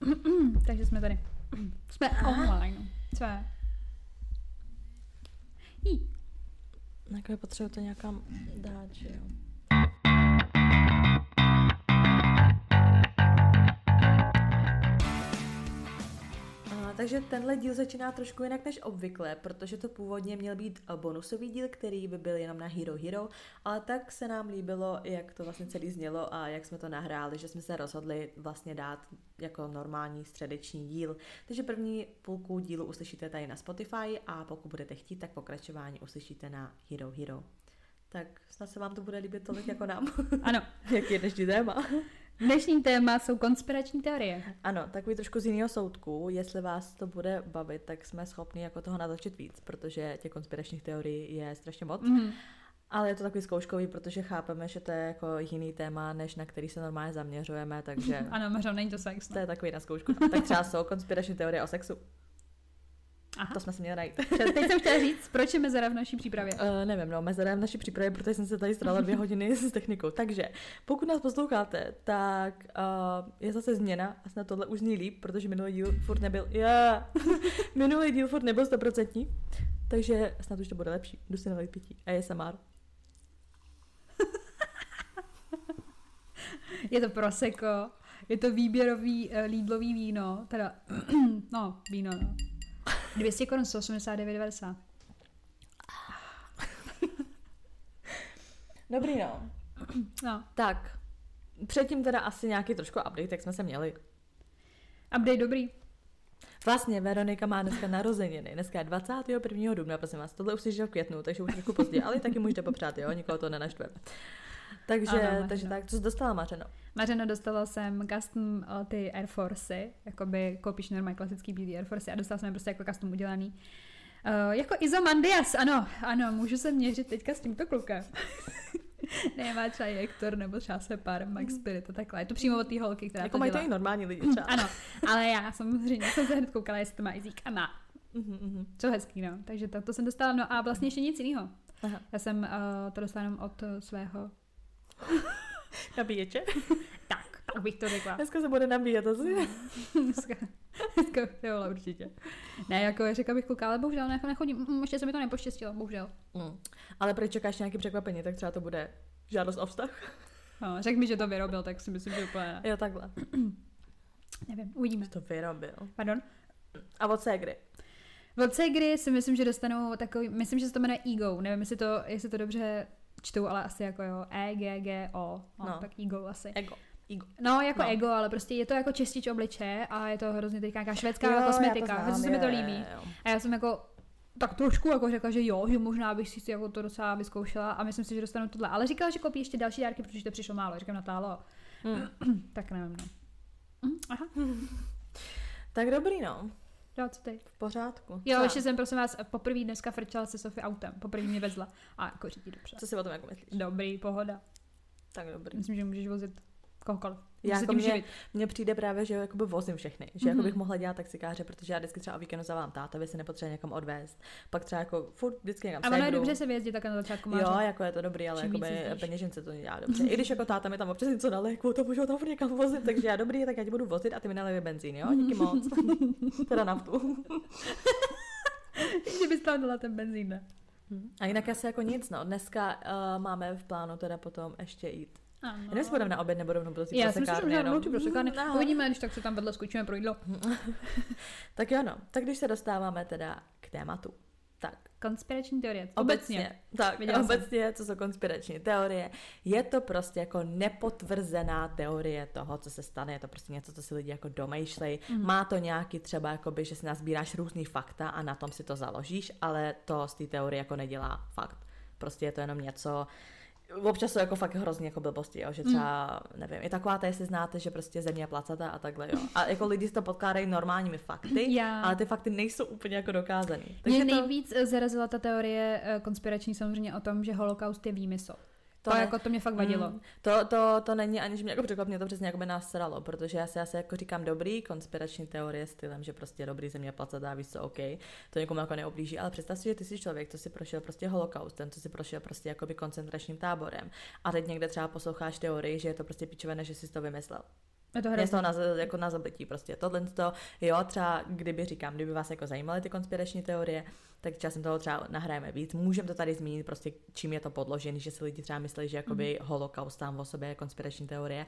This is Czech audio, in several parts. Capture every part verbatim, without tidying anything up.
Takže jsme tady. Jsme online. Jsme. Jí. Jako je potřeba to nějakam dát, že jo. Takže tenhle díl začíná trošku jinak než obvykle, protože to původně měl být bonusový díl, který by byl jenom na Hero Hero, ale tak se nám líbilo, jak to vlastně celý znělo a jak jsme to nahráli, že jsme se rozhodli vlastně dát jako normální středeční díl. Takže první půlku dílu uslyšíte tady na Spotify a pokud budete chtít, tak pokračování uslyšíte na Hero Hero. Tak snad se vám to bude líbit tolik jako nám. Ano. Jaký je dnešní téma? Dnešní téma jsou konspirační teorie. Ano, takový trošku z jiného soudku. Jestli vás to bude bavit, tak jsme schopni jako toho natočit víc, protože těch konspiračních teorií je strašně moc. Mm. Ale je to takový zkouškový, protože chápeme, že to je jako jiný téma, než na který se normálně zaměřujeme, takže... Ano, Mařo, není to sex. No. To je takový na zkoušku. Tak třeba jsou konspirační teorie o sexu. Aha. To jsme si měli najít. Teď jsem chtěla říct, proč je mezera v naší přípravě. Uh, nevím, no, mezera v naší přípravě, protože jsem se tady strala dvě hodiny s technikou. Takže, pokud nás posloucháte, tak uh, je zase změna a snad tohle už zní líp, protože minulý díl furt nebyl, yeah. minulý díl furt nebyl stoprocentní, takže snad už to bude lepší. Jdu si nalít pití. A je es em er. Je to prosecco, je to výběrový uh, Lidlový víno, teda, no, víno, no. dvě stě korun, sto osmdesát devět devadesát. Dobrý, no. No. Tak, předtím teda asi nějaký trošku update, jak jsme se měli. Update dobrý. Vlastně Veronika má dneska narozeniny. Dneska je dvacátého prvního dubna, prosím vás. Tohle už si v květnu, takže už trošku později, ale taky můžete popřát, jo, nikoho to nenaštve. Takže, ano, takže tak, co jsi dostala, Mařeno? Mařeno, dostala jsem custom ty Air Forcey, jakoby koupíš normálně klasický bílý Air Forcey a dostala jsem je prostě jako custom udělaný. Uh, jako Izomandias, ano, ano, můžu se měřit teďka s tímto klukem. Nemá třeba Hector nebo třeba Separ, Max Spirit a takhle. Je to přímo od té holky, která jako to mají dělá. to i normální lidi třeba. Ano, ale já samozřejmě jsem se hned koukala, jestli to má jazyk a má. Mm-hmm. Co hezký, no. Takže to, to jsem dostala, no a vlastně ještě nic jiného. Aha. Já jsem uh, to dostala jenom od uh, svého nabíječe? Tak, tak bych to řekla. Dneska se bude nabíjet asi. Dneska, dneska jo, určitě. Ne, jako řekla bych kluka, ale bohužel ne, nechodím, mm, ještě se mi to nepoštěstilo, bohužel. Mm. Ale proč čekáš nějaký překvapení, tak třeba to bude žádost o vztah? No, řekl mi, že to vyrobil, tak si myslím, že úplně ne. Jo, takhle. Nevím, uvidíme. To vyrobil. Pardon? A od Segry? Od Segry si myslím, že dostanou takový, myslím, že se to jmenuje Ego, nevím, jestli to, jestli to dobře čtou, ale asi jako jo, E G G O, no, no. Tak Ego asi. Ego. Ego. No, jako no. Ego, ale prostě je to jako čistič obličeje a je to hrozně teďka nějaká švédská jo, kosmetika, hrozně se mi to líbí. Jo. A já jsem jako tak trošku jako řekla, že jo, že možná bych si jako to docela vyzkoušela a myslím si, že dostanu tohle. Ale říkala, že koupí ještě další dárky, protože to přišlo málo. Říkám, Natálo. Hmm. Tak nevím, no. Hmm, aha. Tak dobrý, no. Jo, co ty? V pořádku. Jo, ještě jsem, prosím vás, poprvé dneska frčela se Sofie autem. Poprvé mě vezla. A jako řídí dobře. Co si o tom jako myslíš? Dobrý, pohoda. Tak dobrý. Myslím, že můžeš vozit kohokoliv. Já jako mě, mně přijde právě, že jakoby vozím všechny, že mm-hmm. jako bych mohla dělat taxikáře, protože já vždycky třeba o víkendu zavám tátovi, se nepotřebuje někam odvést, pak třeba jako furt vždycky někam a ono je dobře se vyjezdit tak na začátku máře. Jo, jako je to dobrý, ale jakoby peněžence to dělá dobře. I když jako táta mi tam občas něco nalejkuje, to můžu tam někam vozit, takže já dobrý, tak já ti budu vozit a ty mi naleješ benzín, jo, díky moc. Teda naftu. Že bys tam dala ten benzín, ne? A jinak asi jako nic, no. Dneska uh, máme v plánu teda potom ještě jít. Ano. Jenom si budeme na oběd, nebo rovnou do té Já si myslím, že rovnou do sekárny. No. Uvidíme, když tak se tam vedle skočíme pro jídlo. Tak jo, no. Tak když se dostáváme teda k tématu. Tak. Konspirační teorie. Obecně. Obecně. Tak, Viděla obecně, jsem. Co jsou konspirační teorie. Je to prostě jako nepotvrzená teorie toho, co se stane. Je to prostě něco, co si lidi jako domýšlej. Mm. Má to nějaký třeba, jakoby, že si nazbíráš různý fakta a na tom si to založíš, ale to z té teorie jako nedělá fakt. Prostě je to jenom něco. Občas jsou jako fakt hrozně jako blbosti, jo, že třeba, mm. nevím, i taková to, jestli znáte, že prostě země je placatá a takhle, jo. A jako lidi si to podkládají normálními fakty, já. Ale ty fakty nejsou úplně jako dokázaný. Mě nejvíc to... zarazila ta teorie konspirační samozřejmě o tom, že holokaust je výmysl. To, to, jako to mě fakt vadilo. Mm, to, to, to není ani, že mě jako překvapilo, mě to přesně jako by nás sralo, protože já si asi jako říkám dobrý konspirační teorie stylem, že prostě dobrý země placatá, víš co, OK, to někomu jako neoblíží, ale představ si, že ty jsi člověk, co si prošel prostě holokaustem, co si prošel prostě jakoby koncentračním táborem a teď někde třeba posloucháš teorii, že je to prostě pičovina, že jsi to vymyslel. Je to je to na, jako na zabití prostě. Tohle to, jo, třeba kdyby říkám, kdyby vás jako zajímaly ty konspirační teorie, tak časem toho třeba nahrajeme víc. Můžeme to tady zmínit prostě, čím je to podložený, že si lidi třeba myslí, že jakoby mm. holokaust tam o sobě je konspirační teorie,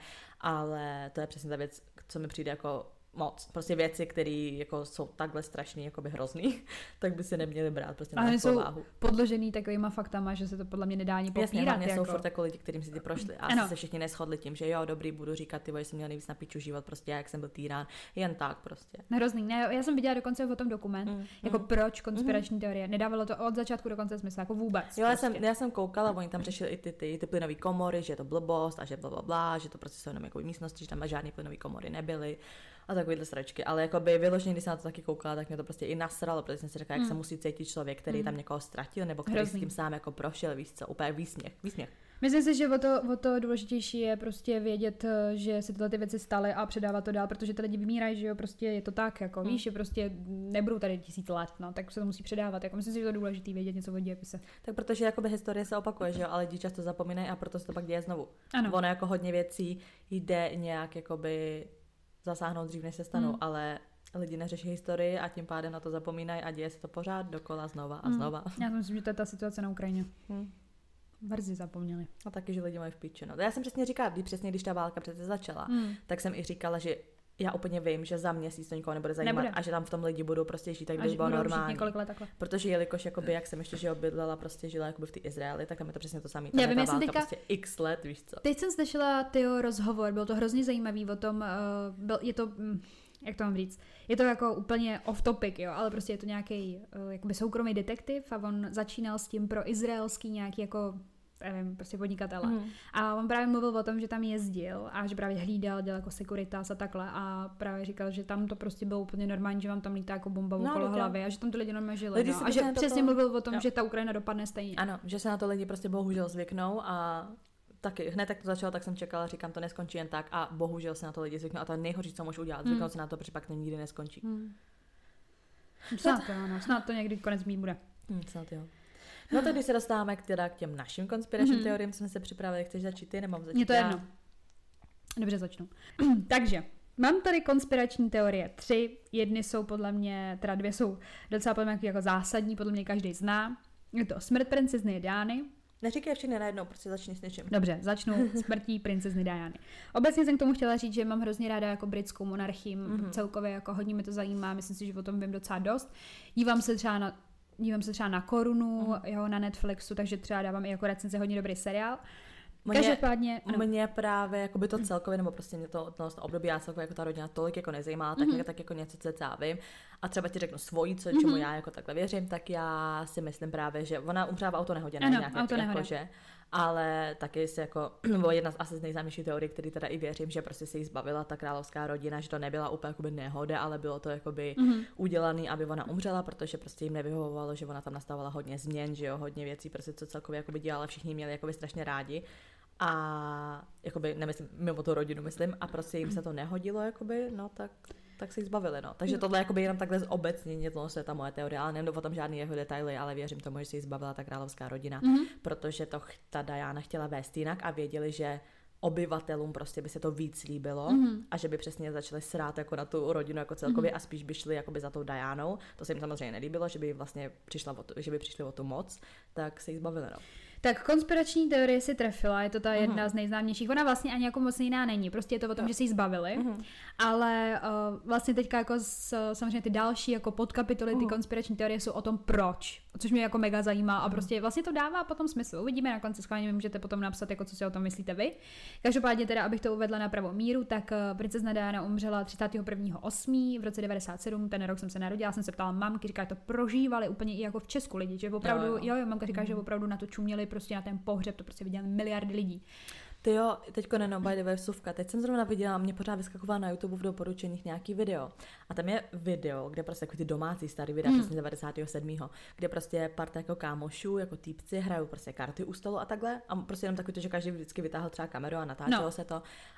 ale to je přesně ta věc, co mi přijde jako moc. Prostě věci, které jako jsou takhle strašný, jakoby hrozný, tak by si neměli brát prostě na pováhu. Jsou podložený takovýma faktama, že se to podle mě nedá ani popírat. Jasně, hlavně jako... jsou furt jako lidi, kterým si ty prošli a asi se všichni neshodli tím, že jo, dobrý, budu říkat, ty vole, jsem měl nejvíc na piču život, prostě jak jsem byl týrán, jen tak prostě. Hrozný. Ne, já jsem viděla dokonce o tom dokument, mm, jako mm, proč konspirační mm. teorie. Nedávalo to od začátku do konce smysl, jako vůbec. Jo, já prostě. jsem, já jsem koukala, oni tam řešili i ty, ty, ty plynové komory, že je to blbost a že bla, bla, bla, že to prostě jsou jenom jako místnosti, že tam žádné plynové komory nebyly. A takovýhle sračky, ale jakoby vyloženě, když jsem na to taky koukala, tak mě to prostě i nasralo, protože jsem si řekla, jak mm. se musí cítit člověk, který mm. tam někoho ztratil, nebo který s tím sám jako prošel, víš co, úplně výsměch, výsměch. Myslím si, že o to, o to důležitější je prostě vědět, že se tyhle ty věci staly a předávat to dál, protože ty lidi vymírají, že jo, prostě je to tak, jako mm. víš, že prostě nebudou tady tisíc let, no, tak se to musí předávat, jako myslím si, že to je důležité vědět něco o dějepise. Tak protože jakoby historie se opakuje, že jo, ale lidi často zapomínají a proto se to pak děje znovu. Ano. Ono jako hodně věcí jde nějak jakoby zasáhnout dřív, než se stanou, mm. ale lidi neřeší historii a tím pádem na to zapomínají a děje se to pořád dokola znova a znova. Mm. Já myslím, že to je ta situace na Ukrajině. Mm. Brzy zapomněli. A taky, že lidi mají v píči. No. Já jsem přesně říkala, když přesně když ta válka přece začala, mm. tak jsem i říkala, že já úplně vím, že za měsíc to nikoho nebude zajímat nebude. A že tam v tom lidi budou prostě žít, tak by bylo normální. Protože jelikož jakoby, jak jsem ještě že bydlela, prostě žila jakoby v té Izraeli, tak tam je to přesně to samé. Tam já je vím, ta válka teďka, prostě x let, víš co. Teď jsem slyšela tyho rozhovor, byl to hrozně zajímavý o tom, uh, byl, je to, um, jak to mám říct, je to jako úplně off topic, jo, ale prostě je to nějaký uh, jakoby soukromý detektiv a on začínal s tím pro izraelský nějaký jako nevím, prostě podnikatele. Mm. A on právě mluvil o tom, že tam jezdil a že právě hlídal, dělal jako securitas a takhle a právě říkal, že tam to prostě bylo úplně normální, že vám tam lítá jako bomba no, okolo hlavy a že tam ty lidi normálně žili. No. A že přesně to... mluvil o tom, no. že ta Ukrajina dopadne stejně. Ano, že se na to lidi prostě bohužel zvyknou a taky hned jak to začalo, tak jsem čekala, říkám, to neskončí jen tak a bohužel se na to lidi zvyknou a to je nejhorší, co můžu udělat, zvyknout mm. se na to, protože pak to nikdy neskončí. Mm. Snad to, ano, snad to někdy konec mít bude. Mm, snad jo. No tak když se dostáváme k, teda, k těm našim konspiračním mm-hmm. teoriím, co jsme se připravili, chceš začít ty, nebo mám začít Mně to já? jedno. Dobře, začnu. Takže, mám tady konspirační teorie tři, jedny jsou podle mě, teda dvě jsou docela podle mě jako zásadní, podle mě každý zná. Je to smrt princezny Diany. Neříkej všechny najednou, prostě začni s něčím. Dobře, začnu smrtí princezny Diany. Obecně jsem k tomu chtěla říct, že mám hrozně ráda jako britskou monarchii, mm-hmm. celkově jako hodně mi to zajímá, myslím si, že o tom vím docela dost. Dívám se třeba na Dívám se třeba na Korunu, mm. jo, na Netflixu, takže třeba dávám i jako recenze hodně dobrý seriál. Mě, Každopádně, ano. Mě právě jako by to celkově, nebo prostě mě to, to, to období, já celkově jako ta rodina tolik jako nezajímá, tak, mm-hmm. tak jako něco cca vím. A třeba ti řeknu svojí, co, čemu mm-hmm. já jako takhle věřím, tak já si myslím právě, že ona umřela v autonehodě, ne nějak auto jako, že, ale taky si jako, nebo jedna z asi z nejznámějších teorií, který teda i věřím, že prostě se jí zbavila ta královská rodina, že to nebyla úplně jakoby nehoda, ale bylo to jakoby mm-hmm. udělaný, aby ona umřela, protože prostě jim nevyhovovalo, že ona tam nastavila hodně změn, že jo, hodně věcí, prostě co celkově jakoby dělala, všichni měli jakoby strašně rádi. A jakoby, nemyslím, mimo tu rodinu myslím, a prostě jim se to nehodilo, jakoby, no tak, tak se jich zbavili, no. Takže tohle jakoby jenom takhle obecně, tohle je ta moje teorie, ale nemám o tom žádný jeho detaily, ale věřím tomu, že se jich zbavila ta královská rodina, mm-hmm. protože to ta Diana chtěla vést jinak a věděli, že obyvatelům prostě by se to víc líbilo mm-hmm. a že by přesně začali srát jako na tu rodinu jako celkově mm-hmm. a spíš by šli jakoby za tou Dianou. To se jim samozřejmě nelíbilo, že by vlastně přišla o tu, že by přišli o tu moc, tak se jich zbavili, no. Tak konspirační teorie si trefila, je to ta jedna uh-huh. z nejznámějších. Ona vlastně ani jako moc jiná není, prostě je to o tom, no. že si ji zbavili, uh-huh. ale uh, vlastně teďka jako s, samozřejmě ty další jako podkapitoly, uh-huh. ty konspirační teorie jsou o tom proč, což mě jako mega zajímá uh-huh. a prostě vlastně to dává potom smysl. Uvidíme na konci, schválně můžete potom napsat, jako co si o tom myslíte vy. Každopádně teda, abych to uvedla na pravou míru, tak uh, princezna Diana umřela třicátého prvního osmého v roce devadesát sedm, ten rok jsem se narodila, jsem se ptala mamky, říká, to prožívali úplně i jako v Česku lidi, že opravdu, jo, jo, jo mamka říká, uh-huh. že opravdu na to čuměli prostě na ten pohřeb, to prostě viděli miliardy lidí. Ty jo, teďko nenom, by the way, vsuvka. Teď jsem zrovna viděla, mě pořád vyskakovala na YouTube v doporučeních nějaký video. A tam je video, kde prostě jako ty domácí starý videa, mm. přesně devadesátého sedmého kde prostě parta jako kámošů, jako týpci hrajou prostě karty u stolu a takhle. A prostě jenom takový to, že každý vždycky vytáhl třeba kameru a natáčelo no. se to.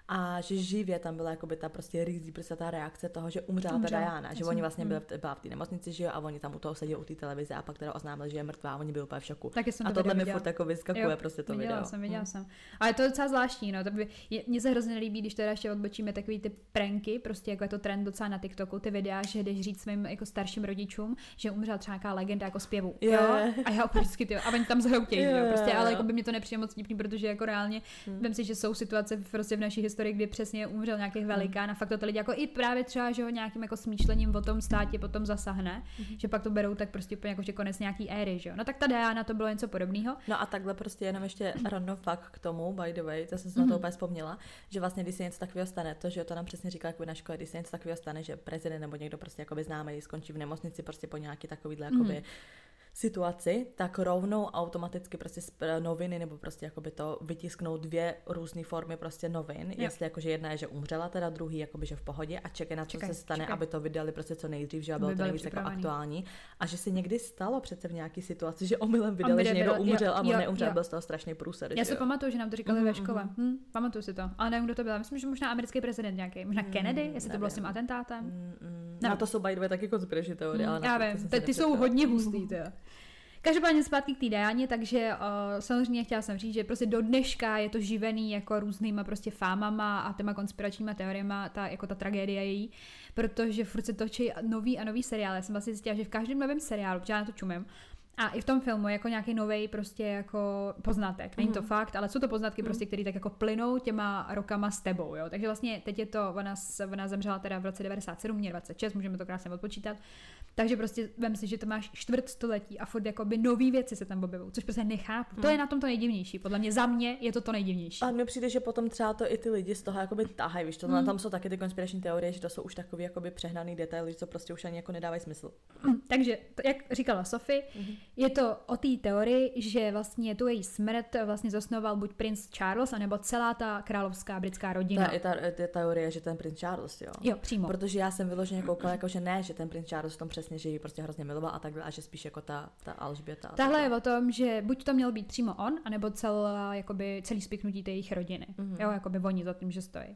a že živě tam byla jakoby ta prostě rizí, prostě ta reakce toho, že umřela ta Diana, že jsem, oni vlastně hmm. byli v, byla v té nemocnici, že jo, a oni tam u toho seděli u té televize a pak teda oznámili, že je mrtvá, a oni byli úplně v šoku. Taky jsem a to tohle mi viděla. furt jako vyskakuje jo, prostě to viděla video. Jsem, viděla hmm. jsem. Ale je to docela zvláštní, no. To by, je, mně se hrozně nelíbí, když teda ještě odbočíme takový ty pranky, prostě jako je to trend docela na TikToku, ty videa, že jdeš říct svým jako starším rodičům, že umřela třeba nějaká legenda jako zpěvu. Yeah. Jo? A já vždycky ty, a oni tam zhroutějí, yeah. jo, prostě, ale jako by mě to nepřijde moc vtipný, protože jako reálně hmm. vem si, že jsou situace prostě v naší historii, kdy přesně umřel nějaký velikán a fakt to lidi jako i právě třeba, že ho nějakým jako smýšlením o tom státě potom zasahne, mm-hmm. že pak to berou tak prostě úplně jako že konec nějaký éry, že jo. No tak ta Diana to bylo něco podobného. No a takhle prostě jenom ještě random fakt k tomu, by the way, to jsem si mm-hmm. na to úplně vzpomněla, že vlastně když se něco takového stane, to, že to nám přesně říkala jako na škole, když se něco takového stane, že prezident nebo někdo prostě jakoby známý skončí v nemocnici prostě po nějaký takovýhle jakoby mm-hmm. situaci, tak rovnou automaticky prostě noviny nebo prostě jakoby to vytisknou dvě různé formy prostě novin, jo. Jestli jakože jedna je, že umřela, teda druhý jakoby, že v pohodě a čekají na co čekaj, se stane, čekaj. Aby to vydali prostě co nejdřív, že bylo to nejvíc jako aktuální a že se někdy stalo přece v nějaký situaci, že omylem vydali, omylem že někdo byl, umřel jo, a on jo, neumřel, jo. Byl z toho strašný průser. Já si pamatuju, že nám to říkali mm, ve škole, mm. hm, pamatuju si to, ale nevím, kdo to byl, myslím, že možná americký prezident nějaký, možná mm, Kennedy, jestli nevím. To bylo s tím atentátem. Mm, mm, no to jsou by the way taky konspirační teorie, mm, ale já vím, ty jsou hodně hustý, to. Každopádně zpátky k té Dianě, takže uh, samozřejmě chtěla jsem říct, že prostě do dneška je to živený jako různýma prostě fámama a těma konspiračníma teoriema, ta, jako ta tragédie její, protože furt se točí nový a nový seriál. Já jsem vlastně zjistila, že v každém novém seriálu, protože já na to čumím, a i v tom filmu jako nějaký novej prostě jako poznatek. Není to mm. fakt, ale jsou to poznatky mm. prostě, které tak jako plynou těma rokama s tebou, jo. Takže vlastně teď je to, ona, ona zemřela teda v roce devadesát sedm, mě dvacet šest, můžeme to krásně odpočítat. Takže prostě vem si, že to máš čtvrt století a furt jakoby nový věci se tam objevují, což prostě nechápu. Mm. To je na tom to nejdivnější. Podle mě za mě je to to nejdivnější. A mně přijde, že potom třeba to i ty lidi z toho jakoby tahají, víš, to mm. tam jsou taky ty konspirační teorie, že to jsou už takový jakoby přehnaný detaily, že to prostě už ani jako nedávají smysl. Mm. Takže jak říkala Sophie, mm. je to o té teorii, že vlastně tu její smrt vlastně zasnoval buď princ Charles, anebo celá ta královská britská rodina. To je ta, ta teorie, že ten princ Charles, jo. Jo, přímo. Protože já jsem vyloženě koukala, jako, že ne, že ten princ Charles v tom přesně, že ji prostě hrozně miloval a takhle, a že spíš jako ta, ta Alžběta. Tahle je o tom, že buď to měl být přímo on, anebo celá, jakoby, celý spiknutí té jejich rodiny. Mm-hmm. Jo, jakoby oni za tím, že stojí.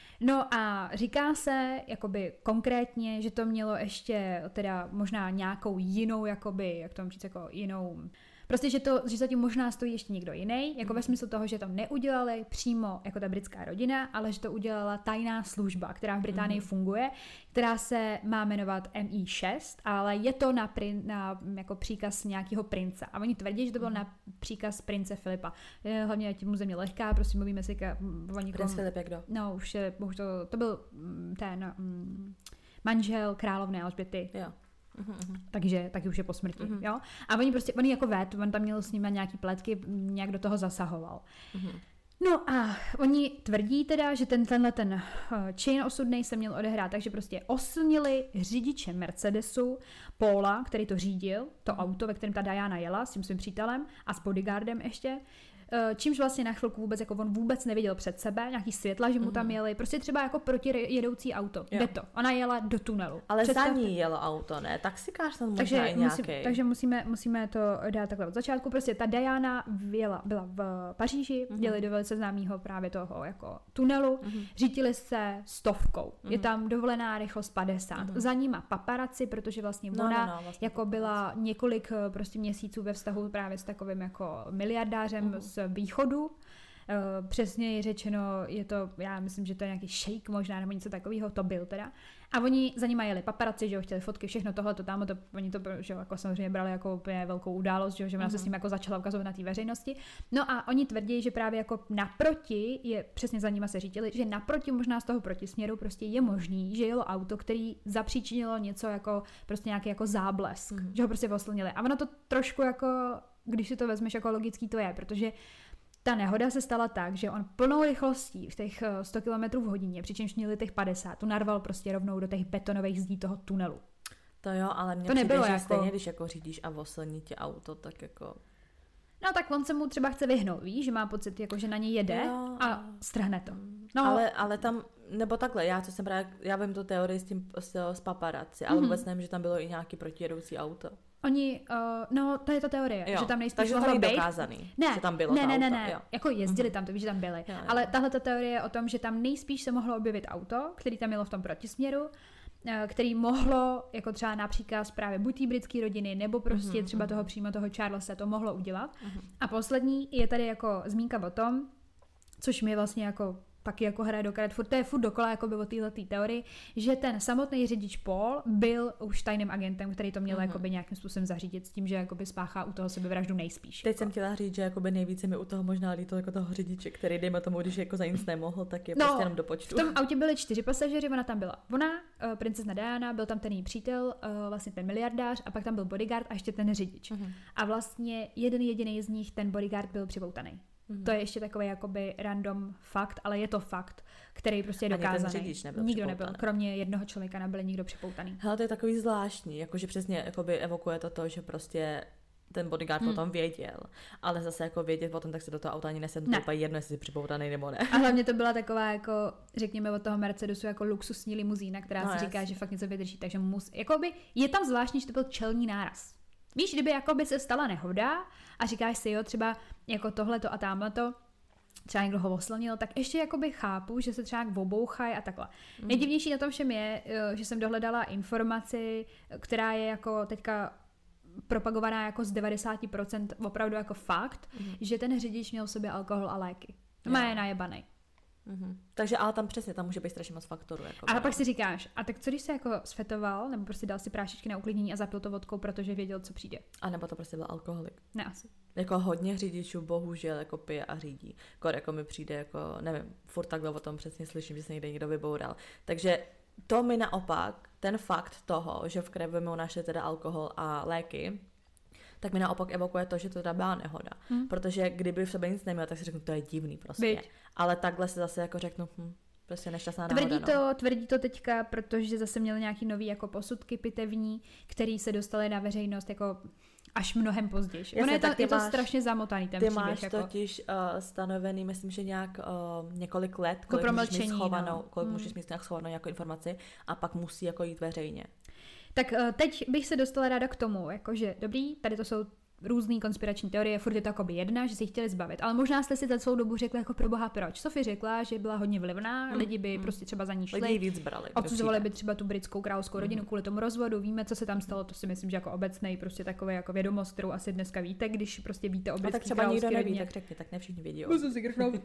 No a říká se jakoby konkrétně, že to mělo ještě teda možná nějakou jinou, jakoby, jak to mám říct, jako jinou, prostě, že, to, že zatím možná stojí ještě někdo jiný, jako mm. ve smyslu toho, že to neudělali přímo jako ta britská rodina, ale že to udělala tajná služba, která v Británii mm. funguje, která se má jmenovat M I šest, ale je to na, prin, na jako příkaz nějakého prince. A oni tvrdí, že to byl mm. na příkaz prince Filipa. Hlavně tím mu země lehká, prostě mluvíme si o nikom. Princ Filip jak kdo? No, už, je, už to, to byl ten um, manžel královny Alžběty. Jo. Uhum. Takže taky už je po smrti, uhum. jo. A oni prostě, oni jako vet, on tam měl s nimi nějaký pletky, nějak do toho zasahoval. Uhum. No a oni tvrdí teda, že ten, tenhle ten čin osudnej se měl odehrát, takže prostě oslnili řidiče Mercedesu, Paula, který to řídil, to auto, ve kterém ta Diana jela s tím svým přítelem a s bodyguardem ještě, čímž vlastně na chvilku vůbec, jako on vůbec neviděl před sebe, nějaký světla, že mu tam jeli, prostě třeba jako protijedoucí auto. Jde to. Ona jela do tunelu. Ale Představte. Za ní jelo auto, ne? Taxikář tam možná takže i nějaký. Musím, takže musíme, musíme to dát takhle od začátku. Prostě ta Diana jela, byla v Paříži, mm-hmm. jeli do velice známého právě toho jako tunelu, mm-hmm. řítili se stovkou. Mm-hmm. Je tam dovolená rychlost padesát. Mm-hmm. Za nima paparaci, protože vlastně no, ona no, no, vlastně jako byla několik prostě měsíců ve vztahu právě s takovým jako miliardářem mm-hmm. z východu. Uh, přesně je řečeno, je to, já myslím, že to je nějaký šejk možná, nebo něco takového, to byl teda. A oni za nimi jeli paparaci, že jo, chtěli fotky, všechno tohle, to tam, to, oni to, že jo, jako samozřejmě brali jako úplně velkou událost, že jo, že ona mm-hmm. se s tím jako začala ukazovat na té veřejnosti. No a oni tvrdí, že právě jako naproti, je přesně za nima se řítili, že naproti možná z toho protisměru prostě je možný, že jelo auto, který zapříčinilo něco jako, prostě nějaký jako záblesk, mm-hmm. že ho prostě oslnili. A ono to trošku jako, když si to vezmeš jako logický to je, protože ta nehoda se stala tak, že on plnou rychlostí v těch sto kilometrů v hodině, přičemž měli těch padesát, tu narval prostě rovnou do těch betonových zdí toho tunelu. To jo, ale mě to nebylo přijde, že jako... stejně, když jako řídíš a oslní tě auto, tak jako... No tak on se mu třeba chce vyhnout, víš, že má pocit, jako, že na něj jede jo. a strhne to. No. Ale, ale tam, nebo takhle, já co jsem právě, já vím tu teorii s tím s, s paparazzi, ale mm-hmm. vůbec nevím, že tam bylo i nějaký protijedoucí auto. Oni, uh, no to je ta teorie, jo. že tam nejspíš mohlo být. Takže to je dokázaný, ne, že tam bylo ne, ne, ne, auto, ne, jo. jako jezdili tam, to víš, že tam byli. Jo, jo. Ale tahle ta teorie je o tom, že tam nejspíš se mohlo objevit auto, který tam mělo v tom protisměru, který mohlo, jako třeba například právě buď té britské rodiny, nebo prostě mm-hmm. třeba toho přímo toho Charlesa to mohlo udělat. Mm-hmm. A poslední je tady jako zmínka o tom, což mi vlastně jako taky jako hraje do karet, furt, to je furt dokola jako by o této teorii, že ten samotný řidič Paul byl už tajným agentem, který to měl mm-hmm. jakoby nějakým způsobem zařídit s tím, že jakoby spáchá u toho sebevraždu nejspíš. Teď jako. jsem chtěla říct, že jakoby nejvíce mi u toho možná líto jako toho řidiče, který dejme tomu, když jako za nic nemohl, tak je no, prostě jenom do počtu. V tom autě byly čtyři pasažéři, ona tam byla. Ona, uh, princezna Diana, byl tam ten její přítel, uh, vlastně ten miliardář a pak tam byl bodyguard a ještě ten řidič. Mm-hmm. A vlastně jeden jediný z nich, ten bodyguard byl připoutaný. Mm. To je ještě takový jakoby random fakt, ale je to fakt, který prostě je dokázaný. Nebyl nikdo nebyl, kromě jednoho člověka nebyl nikdo připoutaný. Hele, to je takový zvláštní, jakože přesně jakoby evokuje to to, že prostě ten bodyguard hmm. o tom věděl, ale zase jako vědět o tom, tak se do toho auta ani nesedl, ne. To je jedno, jestli jsi připoutaný nebo ne. A hlavně to byla taková jako, řekněme od toho Mercedesu jako luxusní limuzína, která no, si říká, že fakt něco vydrží, takže mus, jakoby, je tam zvláštní, že to byl čelní náraz. Víš, kdyby jakoby se stala nehoda a říkáš si, jo, třeba jako tohleto a tamhleto, třeba někdo ho oslnil, tak ještě jakoby chápu, že se třeba obouchají a takhle. Mm. Nejdivnější na tom všem je, že jsem dohledala informaci, která je jako teďka propagovaná jako z devadesát procent opravdu jako fakt, mm. že ten řidič měl v sobě alkohol a léky. Má je najebanej. Mm-hmm. Takže ale tam přesně, tam může být strašně moc faktorů. Jako ale pak si říkáš, a tak co když se jako sfetoval, nebo prostě dal si prášičky na uklidnění a zapil to vodkou, protože věděl, co přijde. A nebo to prostě byl alkoholik. Ne, asi. Jako hodně řidičů bohužel jako pije a řídí. Kor jako mi přijde jako, nevím, furt takhle o tom přesně slyším, že se někde někdo vyboural. Takže to mi naopak, ten fakt toho, že v krevi mu našli teda alkohol a léky, tak mi naopak evokuje to, že to teda byla nehoda. Hmm. Protože kdyby v sobě nic neměl, tak si řeknu, to je divný prostě. Byť. Ale takhle se zase jako řeknu, hm, prostě nešťastná náhoda. Tvrdí to, no. tvrdí to teďka, protože zase měl nějaký nový jako posudky pitevní, který se dostaly na veřejnost jako až mnohem později. Jasně, ono je, ta, je to máš, strašně zamotaný ten ty příběh. Ty máš jako. totiž uh, stanovený, myslím, že nějak uh, několik let, jako kolik můžeš mít schovanou, no. kolik hmm. můžeš mít nějak schovanou jako informaci a pak musí jako jít veřejně. Tak uh, teď bych se dostala ráda k tomu, jakože dobrý, tady to jsou různý konspirační teorie, furt je to jakoby jedna, že si chtěli zbavit. Ale možná jste si za celou dobu řekli jako pro boha proč. Sophie řekla, že byla hodně vlivná, hmm. lidi by hmm. prostě třeba za ní šli. Lidi víc brali. Odsuzovali by třeba tu britskou královskou rodinu hmm. kvůli tomu rozvodu. Víme, co se tam stalo, to si myslím, že jako obecnej prostě takové jako vědomost, kterou asi dneska víte, když prostě víte o britské tak třeba nikdo neví, tak řekni, tak ne všichni vědí. Musím si grchnout.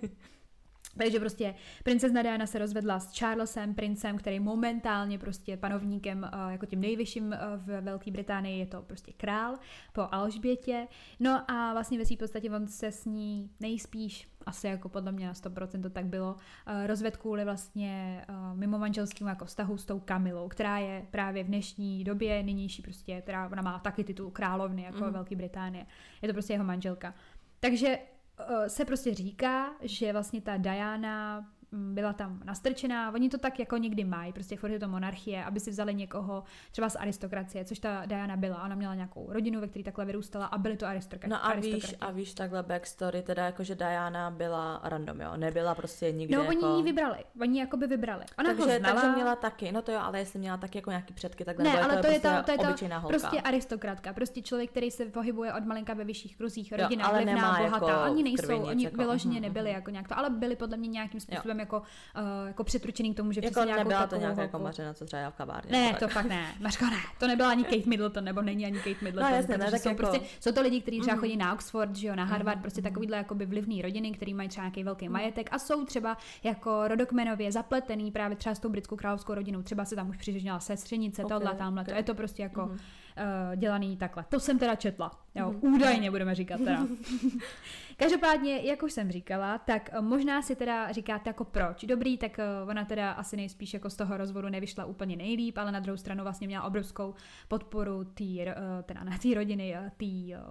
Takže prostě princezna Diana se rozvedla s Charlesem, princem, který momentálně prostě panovníkem jako tím nejvyšším v Velké Británii, je to prostě král po Alžbětě. No a vlastně ve své podstatě on se s ní nejspíš, asi jako podle mě na sto procent to tak bylo, rozved kvůli vlastně mimo manželskému jako vztahu s tou Kamilou, která je právě v dnešní době nynější prostě, která ona má taky titul královny jako mm. Velké Británie. Je to prostě jeho manželka. Takže se prostě říká, že vlastně ta Diana byla tam nastrčená, oni to tak jako někdy mají, prostě furt je to monarchie, aby si vzali někoho třeba z aristokracie, což ta Diana byla, ona měla nějakou rodinu, ve které takhle vyrůstala a byly to aristokrati. No a víš, a víš takhle backstory, teda jako, že Diana byla random, jo, nebyla prostě nikde no, jako... No oni ji vybrali, oni jakoby vybrali. Ona takže, ho znala. Takže měla taky, no to jo, ale jestli měla taky jako nějaký předky, takhle, ne, ale to, to je, je prostě to, to je obyčejná holka. Prostě aristokratka, prostě člověk, který se pohybuje od malinka ve vyšších kruzích, rodina jo, ale vlivná, bohatá, jako oni nejsou, oni jako, vyloženě uh, nebyli uh, jako nějak to, ale byli podle mě nějakým způsobem jo. jako uh, jako přetručený k tomu, že jako přesně nějakou nebyla takovou to nějaká holku. jako Mařena, co třeba v kavárně. Ne, to fakt ne. Mařko ne. To nebyla ani Kate Middleton, nebo není ani Kate Middleton. No, jasně, ne, tak jsou, jako... prostě, jsou to lidi, kteří třeba mm. chodí na Oxford, že jo, na Harvard, mm. prostě mm. takovýhle jakoby vlivný rodiny, který mají třeba nějaký velký majetek a jsou třeba jako rodokmenově zapletený právě třeba s tou britskou královskou rodinou. Třeba se tam už přiřežněla sestřenice, okay, tohle, tamhle. Okay. To je to prostě jako mm. uh, dělaný takhle. To jsem teda četla. Jo, mm. údajně budeme říkat teda. Každopádně, jak už jsem říkala, tak možná si teda říkáte jako proč. Dobrý, tak ona teda asi nejspíš jako z toho rozvodu nevyšla úplně nejlíp, ale na druhou stranu vlastně měla obrovskou podporu tý, teda na té rodiny, té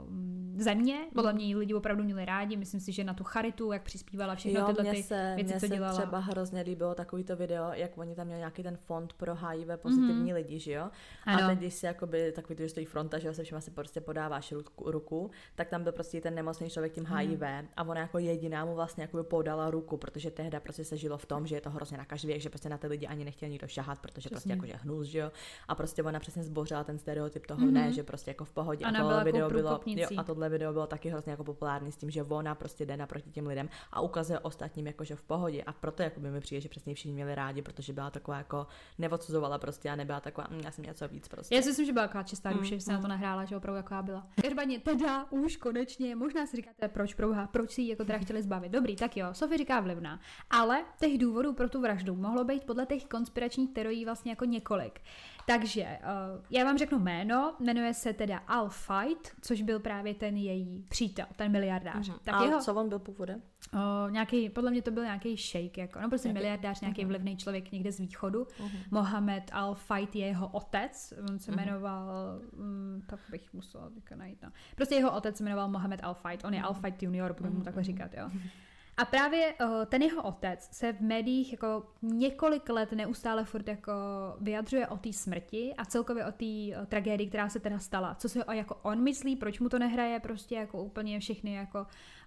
země. Podle mě jí lidi opravdu měli rádi, myslím si, že na tu charitu, jak přispívala všechno jo, tyhle ty se, věci, co se dělala. Mně se třeba hrozně líbilo takovýto video, jak oni tam měli nějaký ten fond pro H I V pozitivní mm-hmm. lidi, že jo? Ano. A teď, když si jakoby takový protože stojí fronta, že se všem asi prostě podáváš ruku, ruku, tak tam byl prostě ten nemocný člověk tím H I V hmm. a ona jako jediná mu vlastně jako podala ruku, protože tehda prostě se žilo v tom, že je to hrozně nakažlivé, že prostě na ty lidi ani nechtěl nikdo šahat, protože prostě jako že hnus, že jo. A prostě ona přesně zbořila ten stereotyp toho, mm-hmm. ne, že prostě jako v pohodě. A, a tohle video bylo, jo, a tohle video bylo taky hrozně jako populární s tím, že ona prostě jde naproti těm lidem a ukazuje ostatním jako že v pohodě. A proto jako by mi přijde, že přesně všichni měli rádi, protože byla taková jako neodsuzovala prostě a nebyla taková, hm, já jsem něco víc prostě. Já si myslím, že byla taková čistá duše, mm, že se mm. na to nahrála, že opravdu jaká byla. Každopádně teda už konečně, možná si říkáte, proč prouha, proč si ji jako teda chtěli zbavit. Dobrý, tak jo, Sophie říká vlivná. Ale těch důvodů pro tu vraždu mohlo být podle těch konspiračních teorií vlastně jako několik. Takže uh, já vám řeknu jméno, jmenuje se teda Al Fayed, což byl právě ten její přítel, ten miliardář. Mm-hmm. Tak a jeho, co on byl původem? Uh, nějaký, podle mě to byl nějaký šejk, jako, no prostě nějaký, miliardář, nějaký uh-huh. vlivný člověk někde z východu. Uh-huh. Mohamed Al Fayed je jeho otec, on se uh-huh. jmenoval, um, tak bych musela teďka najít, no. Prostě jeho otec se jmenoval Mohamed Al Fayed, on je uh-huh. Al Fayed junior, budu uh-huh. mu takhle říkat, jo. A právě uh, ten jeho otec se v médiích jako několik let neustále furt jako vyjadřuje o té smrti a celkově o té uh, tragédii, která se teda stala. Co si jako on myslí, proč mu to nehraje prostě jako úplně všechny jako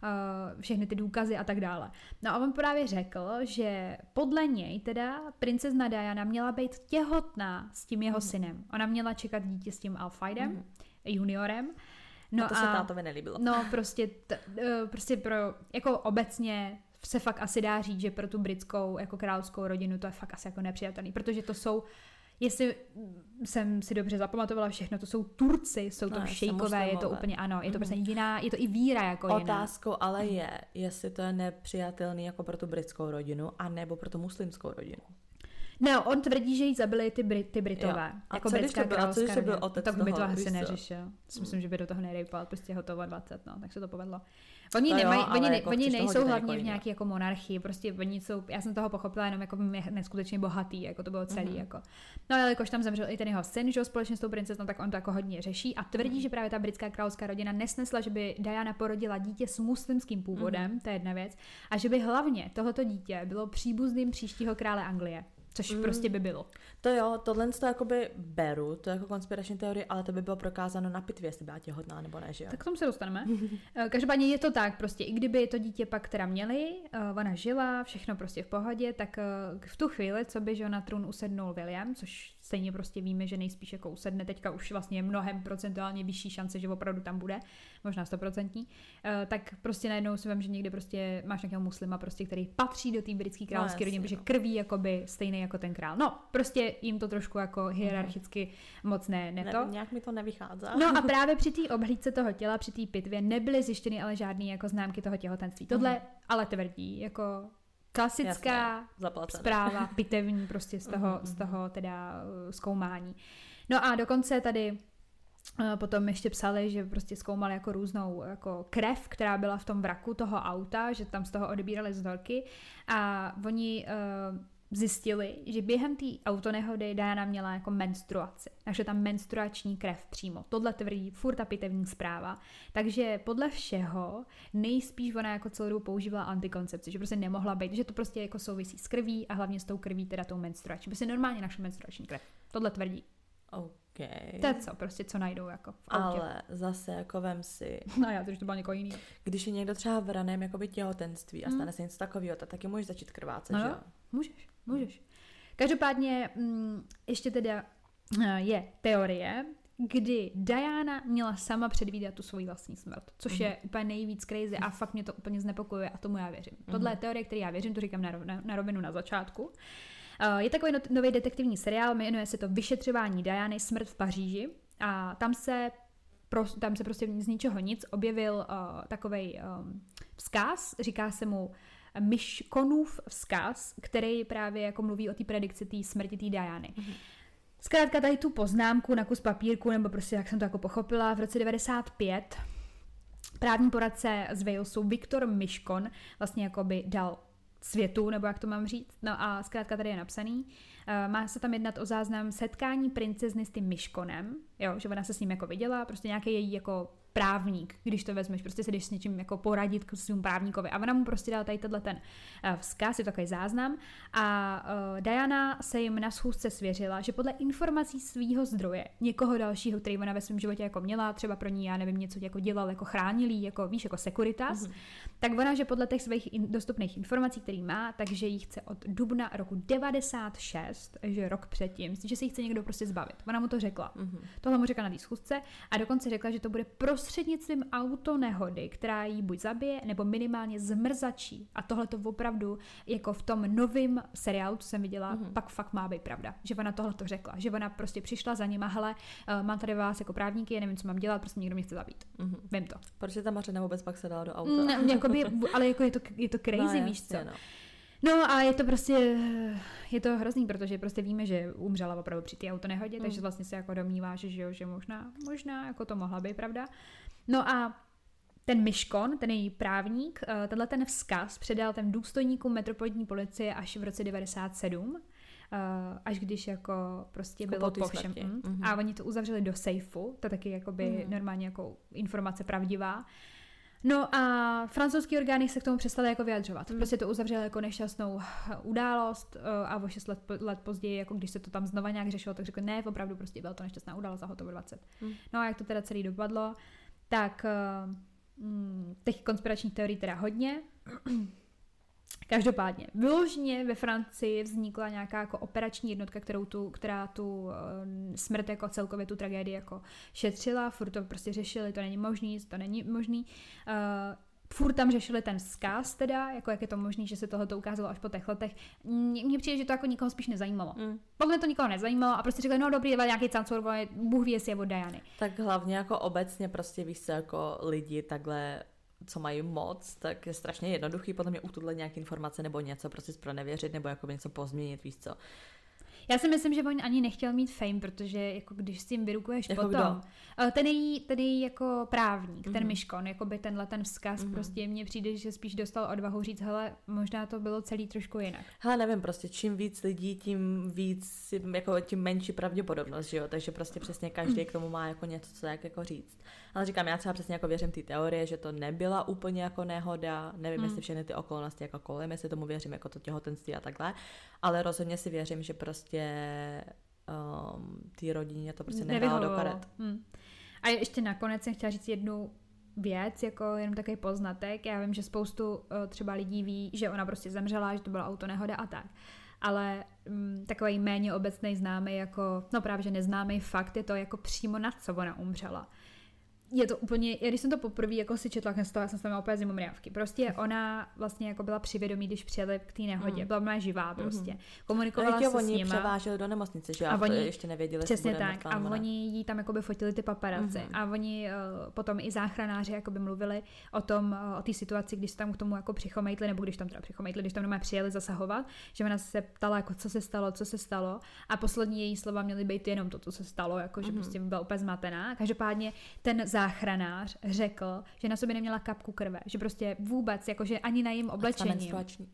uh, všechny ty důkazy a tak dále. No a on právě řekl, že podle něj teda princezna Diana měla být těhotná s tím jeho mm. synem. Ona měla čekat dítě s tím Al Fayedem, mm. juniorem. No a to a, se tátovi nelíbilo. No prostě, t, prostě pro, jako obecně se fakt asi dá říct, že pro tu britskou jako královskou rodinu to je fakt asi jako nepřijatelný, protože to jsou, jestli jsem si dobře zapamatovala všechno, to jsou Turci, jsou to no, šejkové, je to úplně ano, je to mm-hmm. prostě jiná, je to i víra jako jiná. Otázkou ale je, jestli to je nepřijatelný jako pro tu britskou rodinu, anebo pro tu muslimskou rodinu. No, on tvrdí, že jí zabili ty, Brit, ty Britové. A jako co když to byl, a co když to byl otec tak toho? by to asi neřešil. Mm. Myslím, že by do toho nerejpal, prostě hotovo dvacet, no, tak se to povedlo. Oni, to nemají, jo, oni, ne, jako oni nejsou hlavně v nějaké jako monarchii, prostě oni jsou, já jsem toho pochopila jenom jako neskutečně bohatý, jako to bylo celý, mm-hmm. jako. No ale jakož tam zemřel i ten jeho syn, že společně s tou princeznou, tak on to jako hodně řeší a tvrdí, mm-hmm. že právě ta britská královská rodina nesnesla, že by Diana porodila dítě s muslimským původem, mm-hmm. to je jedna věc, a že by hlavně tohoto dítě bylo příbuzným příštího krále Anglie. Což mm. prostě by bylo. To jo, tohle to jakoby beru, to je jako konspirační teorie, ale to by bylo prokázáno na pitvě, jestli byla těhotná nebo ne, že jo? Tak k tomu se dostaneme. Každopádně je to tak, prostě i kdyby to dítě pak teda měli, ona žila, všechno prostě v pohodě, tak v tu chvíli, co by že na trůn usednul William, což stejně prostě víme, že nejspíš jako usedne, teďka už vlastně je mnohem procentuálně vyšší šance, že opravdu tam bude, možná stoprocentní, tak prostě najednou si vím, že někde prostě máš nějakého muslima, prostě, který patří do té britské královské no, rodiny, protože krví jakoby stejný jako ten král. No, prostě jim to trošku jako hierarchicky mm-hmm. moc ne, ne to. Ne, nějak mi to nevychází. No a právě při té obhlídce toho těla, při té pitvě nebyly zjištěny ale žádný jako známky toho těhotenství. Tohle mm-hmm. ale tvrdí, jako klasická zpráva pitevní prostě z toho, mm-hmm. z toho teda uh, zkoumání. No a dokonce tady uh, potom ještě psali, že prostě zkoumali jako různou jako krev, která byla v tom vraku toho auta, že tam z toho odebírali vzorky a oni uh, zjistili, že během té autonehody Diana měla jako menstruaci. Takže tam menstruační krev přímo. Tohle tvrdí furt ta pitevní zpráva. Takže podle všeho nejspíš ona jako celou dobu používala antikoncepci, že prostě nemohla být, že to prostě jako souvisí s krví a hlavně s tou krví teda tou menstruační. Prostě normálně našla menstruační krev. Tohle tvrdí. Okay. To je co, prostě co najdou jako v autě. Ale zase jako vem si. No já, to, že to bylo někoho jiný. Když je někdo třeba v raném jakoby těhotenství a stane hmm. se něco takového, tak taky můžeš začít krvácet, no, že jo? Můžeš, můžeš. Každopádně mm, ještě teda je teorie, kdy Diana měla sama předvídat tu svoji vlastní smrt, což mm. je úplně nejvíc crazy a fakt mě to úplně znepokojuje a tomu já věřím. Mm. Tohle je teorie, který já věřím, to říkám na, na, na rovinu na začátku. Je takový no, nový detektivní seriál, jmenuje se to Vyšetřování Diany, smrt v Paříži a tam se, pro, tam se prostě z ničeho nic objevil uh, takovej um, vzkaz, říká se mu Myškonův vzkaz, který právě jako mluví o té predikci té smrti té Diany. Mm-hmm. Zkrátka tady tu poznámku na kus papírku, nebo prostě jak jsem to jako pochopila, v roce devadesát pět právní poradce z Walesu Viktor Myškon vlastně jakoby dal světu, nebo jak to mám říct. No a zkrátka tady je napsaný. Uh, má se tam jednat o záznam setkání princezny s tím Myškonem, jo, že ona se s ním jako viděla, prostě nějaký její jako právník, když to vezmeš, prostě se jdeš s něčím jako poradit k svým právníkovi. A ona mu prostě dala tady tenhle ten uh, vzkaz, je to takový záznam. A uh, Diana se jim na schůzce svěřila, že podle informací svýho zdroje, někoho dalšího, který ona ve svém životě jako měla, třeba pro ní, já nevím, něco jako dělal, jako chránilý, jako víš, jako Securitas, mm-hmm. tak ona, že podle těch svých in, dostupných informací, který má, takže jí chce od dubna roku devadesát šest, že rok předtím, že se jí chce někdo prostě zbavit. Ona mu to řekla. Mm-hmm. Tohle mu řekla na té schůzce a dokonce řekla, že to bude prostřednictvím autonehody, která jí buď zabije, nebo minimálně zmrzačí. A tohle to opravdu jako v tom novém seriálu, co jsem viděla, mm-hmm. pak fakt má být pravda. Že ona tohle to řekla. Že ona prostě přišla za nima, hele, uh, mám tady vás jako právníky, já nevím, co mám dělat, prostě někdo mě chce zabít. Mm-hmm. Vím to. Proč ta Mařena vůbec pak se dala do auta? Mm, jakoby, ale jako je to, je to crazy, no, víš co. No. No a je to prostě, je to hrozný, protože prostě víme, že umřela opravdu při té autonehodě, mm. takže vlastně se jako domnívá, že, že, jo, že možná, možná jako to mohla být pravda. No a ten Miškon, ten její právník, tenhle ten vzkaz předal ten důstojníkům metropolitní policie až v roce devadesát sedm, až když jako prostě jako bylo po všem. Mm. A oni to uzavřeli do sejfu, to taky jakoby mm. normálně jako informace pravdivá. No a francouzský orgány se k tomu přestaly jako vyjadřovat. Mm. Prostě to uzavřeli jako nešťastnou událost a o šest let, let později, jako když se to tam znova nějak řešilo, tak řekli, ne, opravdu prostě byla to nešťastná událost a hotovo dvacet. Mm. No a jak to teda celý dopadlo, tak mm, těch konspiračních teorií teda hodně. Každopádně, vyloženě ve Francii vznikla nějaká jako operační jednotka, kterou tu, která tu uh, smrt jako celkově tu tragédii jako šetřila, furt to prostě řešili, to není možný, to není možný. Uh, furt tam řešili ten vzkaz teda, jako jak je to možný, že se tohoto ukázalo až po těch letech. Mně přijde, že to jako nikoho spíš nezajímalo. Mm. Pokud to nikoho nezajímalo a prostě řekli, no dobrý, ale nějaký cancor, Bůh ví, jestli je od Diany. Tak hlavně jako obecně prostě víš co, jako lidi takhle co mají moc, tak je strašně jednoduchý podle mě utudlet nějaké informace nebo něco prostě zpronevěřit nebo jako něco pozměnit, víš co. Já si myslím, že on ani nechtěl mít fame, protože jako když s tím vyrukuješ jako potom. Kdo? Ten její, ten její jako právník, mm-hmm. ten Miškon, jako by tenhle ten vzkaz, mm-hmm. prostě mně přijde, že spíš dostal odvahu říct, hele, možná to bylo celý trošku jinak. Hele, nevím, prostě čím víc lidí, tím víc, jako tím menší pravděpodobnost, že jo, takže prostě přesně každý k tomu má jako něco, co jak jako říct. Ale říkám, já třeba přesně jako věřím té teorie, že to nebyla úplně jako nehoda, nevím, mm. jestli všechny ty okolnosti jako kolem, jestli tomu věřím jako to těhotenství a takhle, ale rozhodně si věřím, že prostě um, té rodině to prostě nehrálo do karet. Hmm. A ještě nakonec jsem chtěla říct jednu věc, jako jenom takový poznatek. Já vím, že spoustu uh, třeba lidí ví, že ona prostě zemřela, že to byla autonehoda a tak. Ale um, takový méně obecnej známý jako, no právě, že neznámý fakt je to jako přímo na co ona umřela. Je to úplně, já když jsem to poprvé jako si četla, jsem stala, jsem se tam opět zimomriávky. Prostě ona vlastně jako byla při vědomí, když přijeli k té nehodě. Mm. Byla má živá prostě. Komunikovala se s nima. Oni převáželi do nemocnice, že? A oni ještě nevěděli, přesně tak. A oni jí tam jakoby fotili ty paparaci. Mm. A oni uh, potom i záchranáři jakoby mluvili o tom, uh, o té situaci, když tam k tomu jako přichomejtli, nebo když tam teda přichomejtli, když tam doma přijeli zasahovat, že ona se ptala, jako co se stalo, co se stalo. A poslední její slova měly být jenom to, co se stalo, jako že mm. prostě byla úplně zmatená. Každopádně ten záchranář řekl, že na sobě neměla kapku krve, že prostě vůbec, jakože ani na jejím oblečení,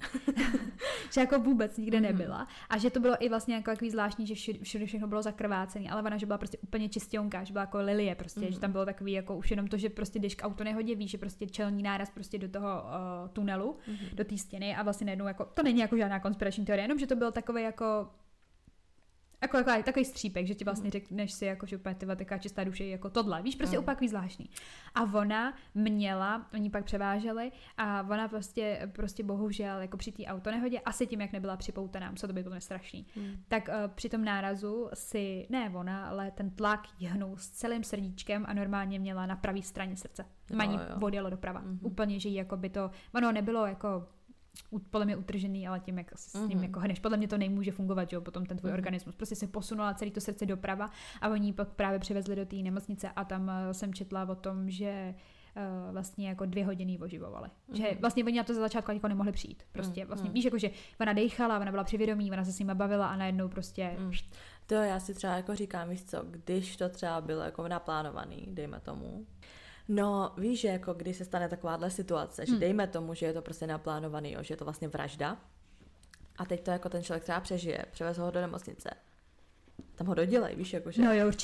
že jako vůbec nikde nebyla a že to bylo i vlastně jako takový zvláštní, že všude, všude všechno bylo zakrvácený, ale ona, že byla prostě úplně čistěnka, že byla jako lilie prostě, mm. že tam bylo takový jako už jenom to, že prostě jdeš k autonehodě, víš, že prostě čelní náraz prostě do toho uh, tunelu, mm. do té stěny a vlastně najednou jako, to není jako žádná konspirační teorie, jenom že to byl takový jako Jako, jako takový střípek, že ti vlastně řekneš si, jako, že úplně ty taká čistá duše jako tohle, víš, prostě mm. úplně zvláštní. A ona měla, oni pak převáželi a ona prostě, prostě bohužel jako při té autonehodě, asi tím, jak nebyla připoutaná, co to by bylo nestrašný, mm. tak uh, při tom nárazu si, ne ona, ale ten tlak jhnul s celým srdíčkem a normálně měla na pravý straně srdce. Maní odjelo doprava. Mm-hmm. Úplně, že jí jako by to, ono nebylo jako podle mě utržený, ale tím, jak s ním mm-hmm. jako hneš. Podle mě to nemůže fungovat, že jo, potom ten tvůj mm-hmm. organismus. Prostě se posunula celý to srdce doprava a oni pak právě přivezli do té nemocnice a tam uh, jsem četla o tom, že uh, vlastně jako dvě hodiny oživovali. Mm-hmm. Že vlastně oni na to za začátku jako nemohli přijít. Prostě mm-hmm. vlastně víš, jako že ona dejchala, ona byla při vědomí, ona se s nima bavila a najednou prostě... Mm. To já si třeba jako říkám, víš co, když to třeba bylo jako naplánovaný, dejme tomu, no, víš, že jako když se stane takováhle situace, že hmm. dejme tomu, že je to prostě naplánovaný, jo, že je to vlastně vražda a teď to jako ten člověk třeba přežije, převez ho do nemocnice, tam ho dodělej, víš, jakože. No jo, určitě.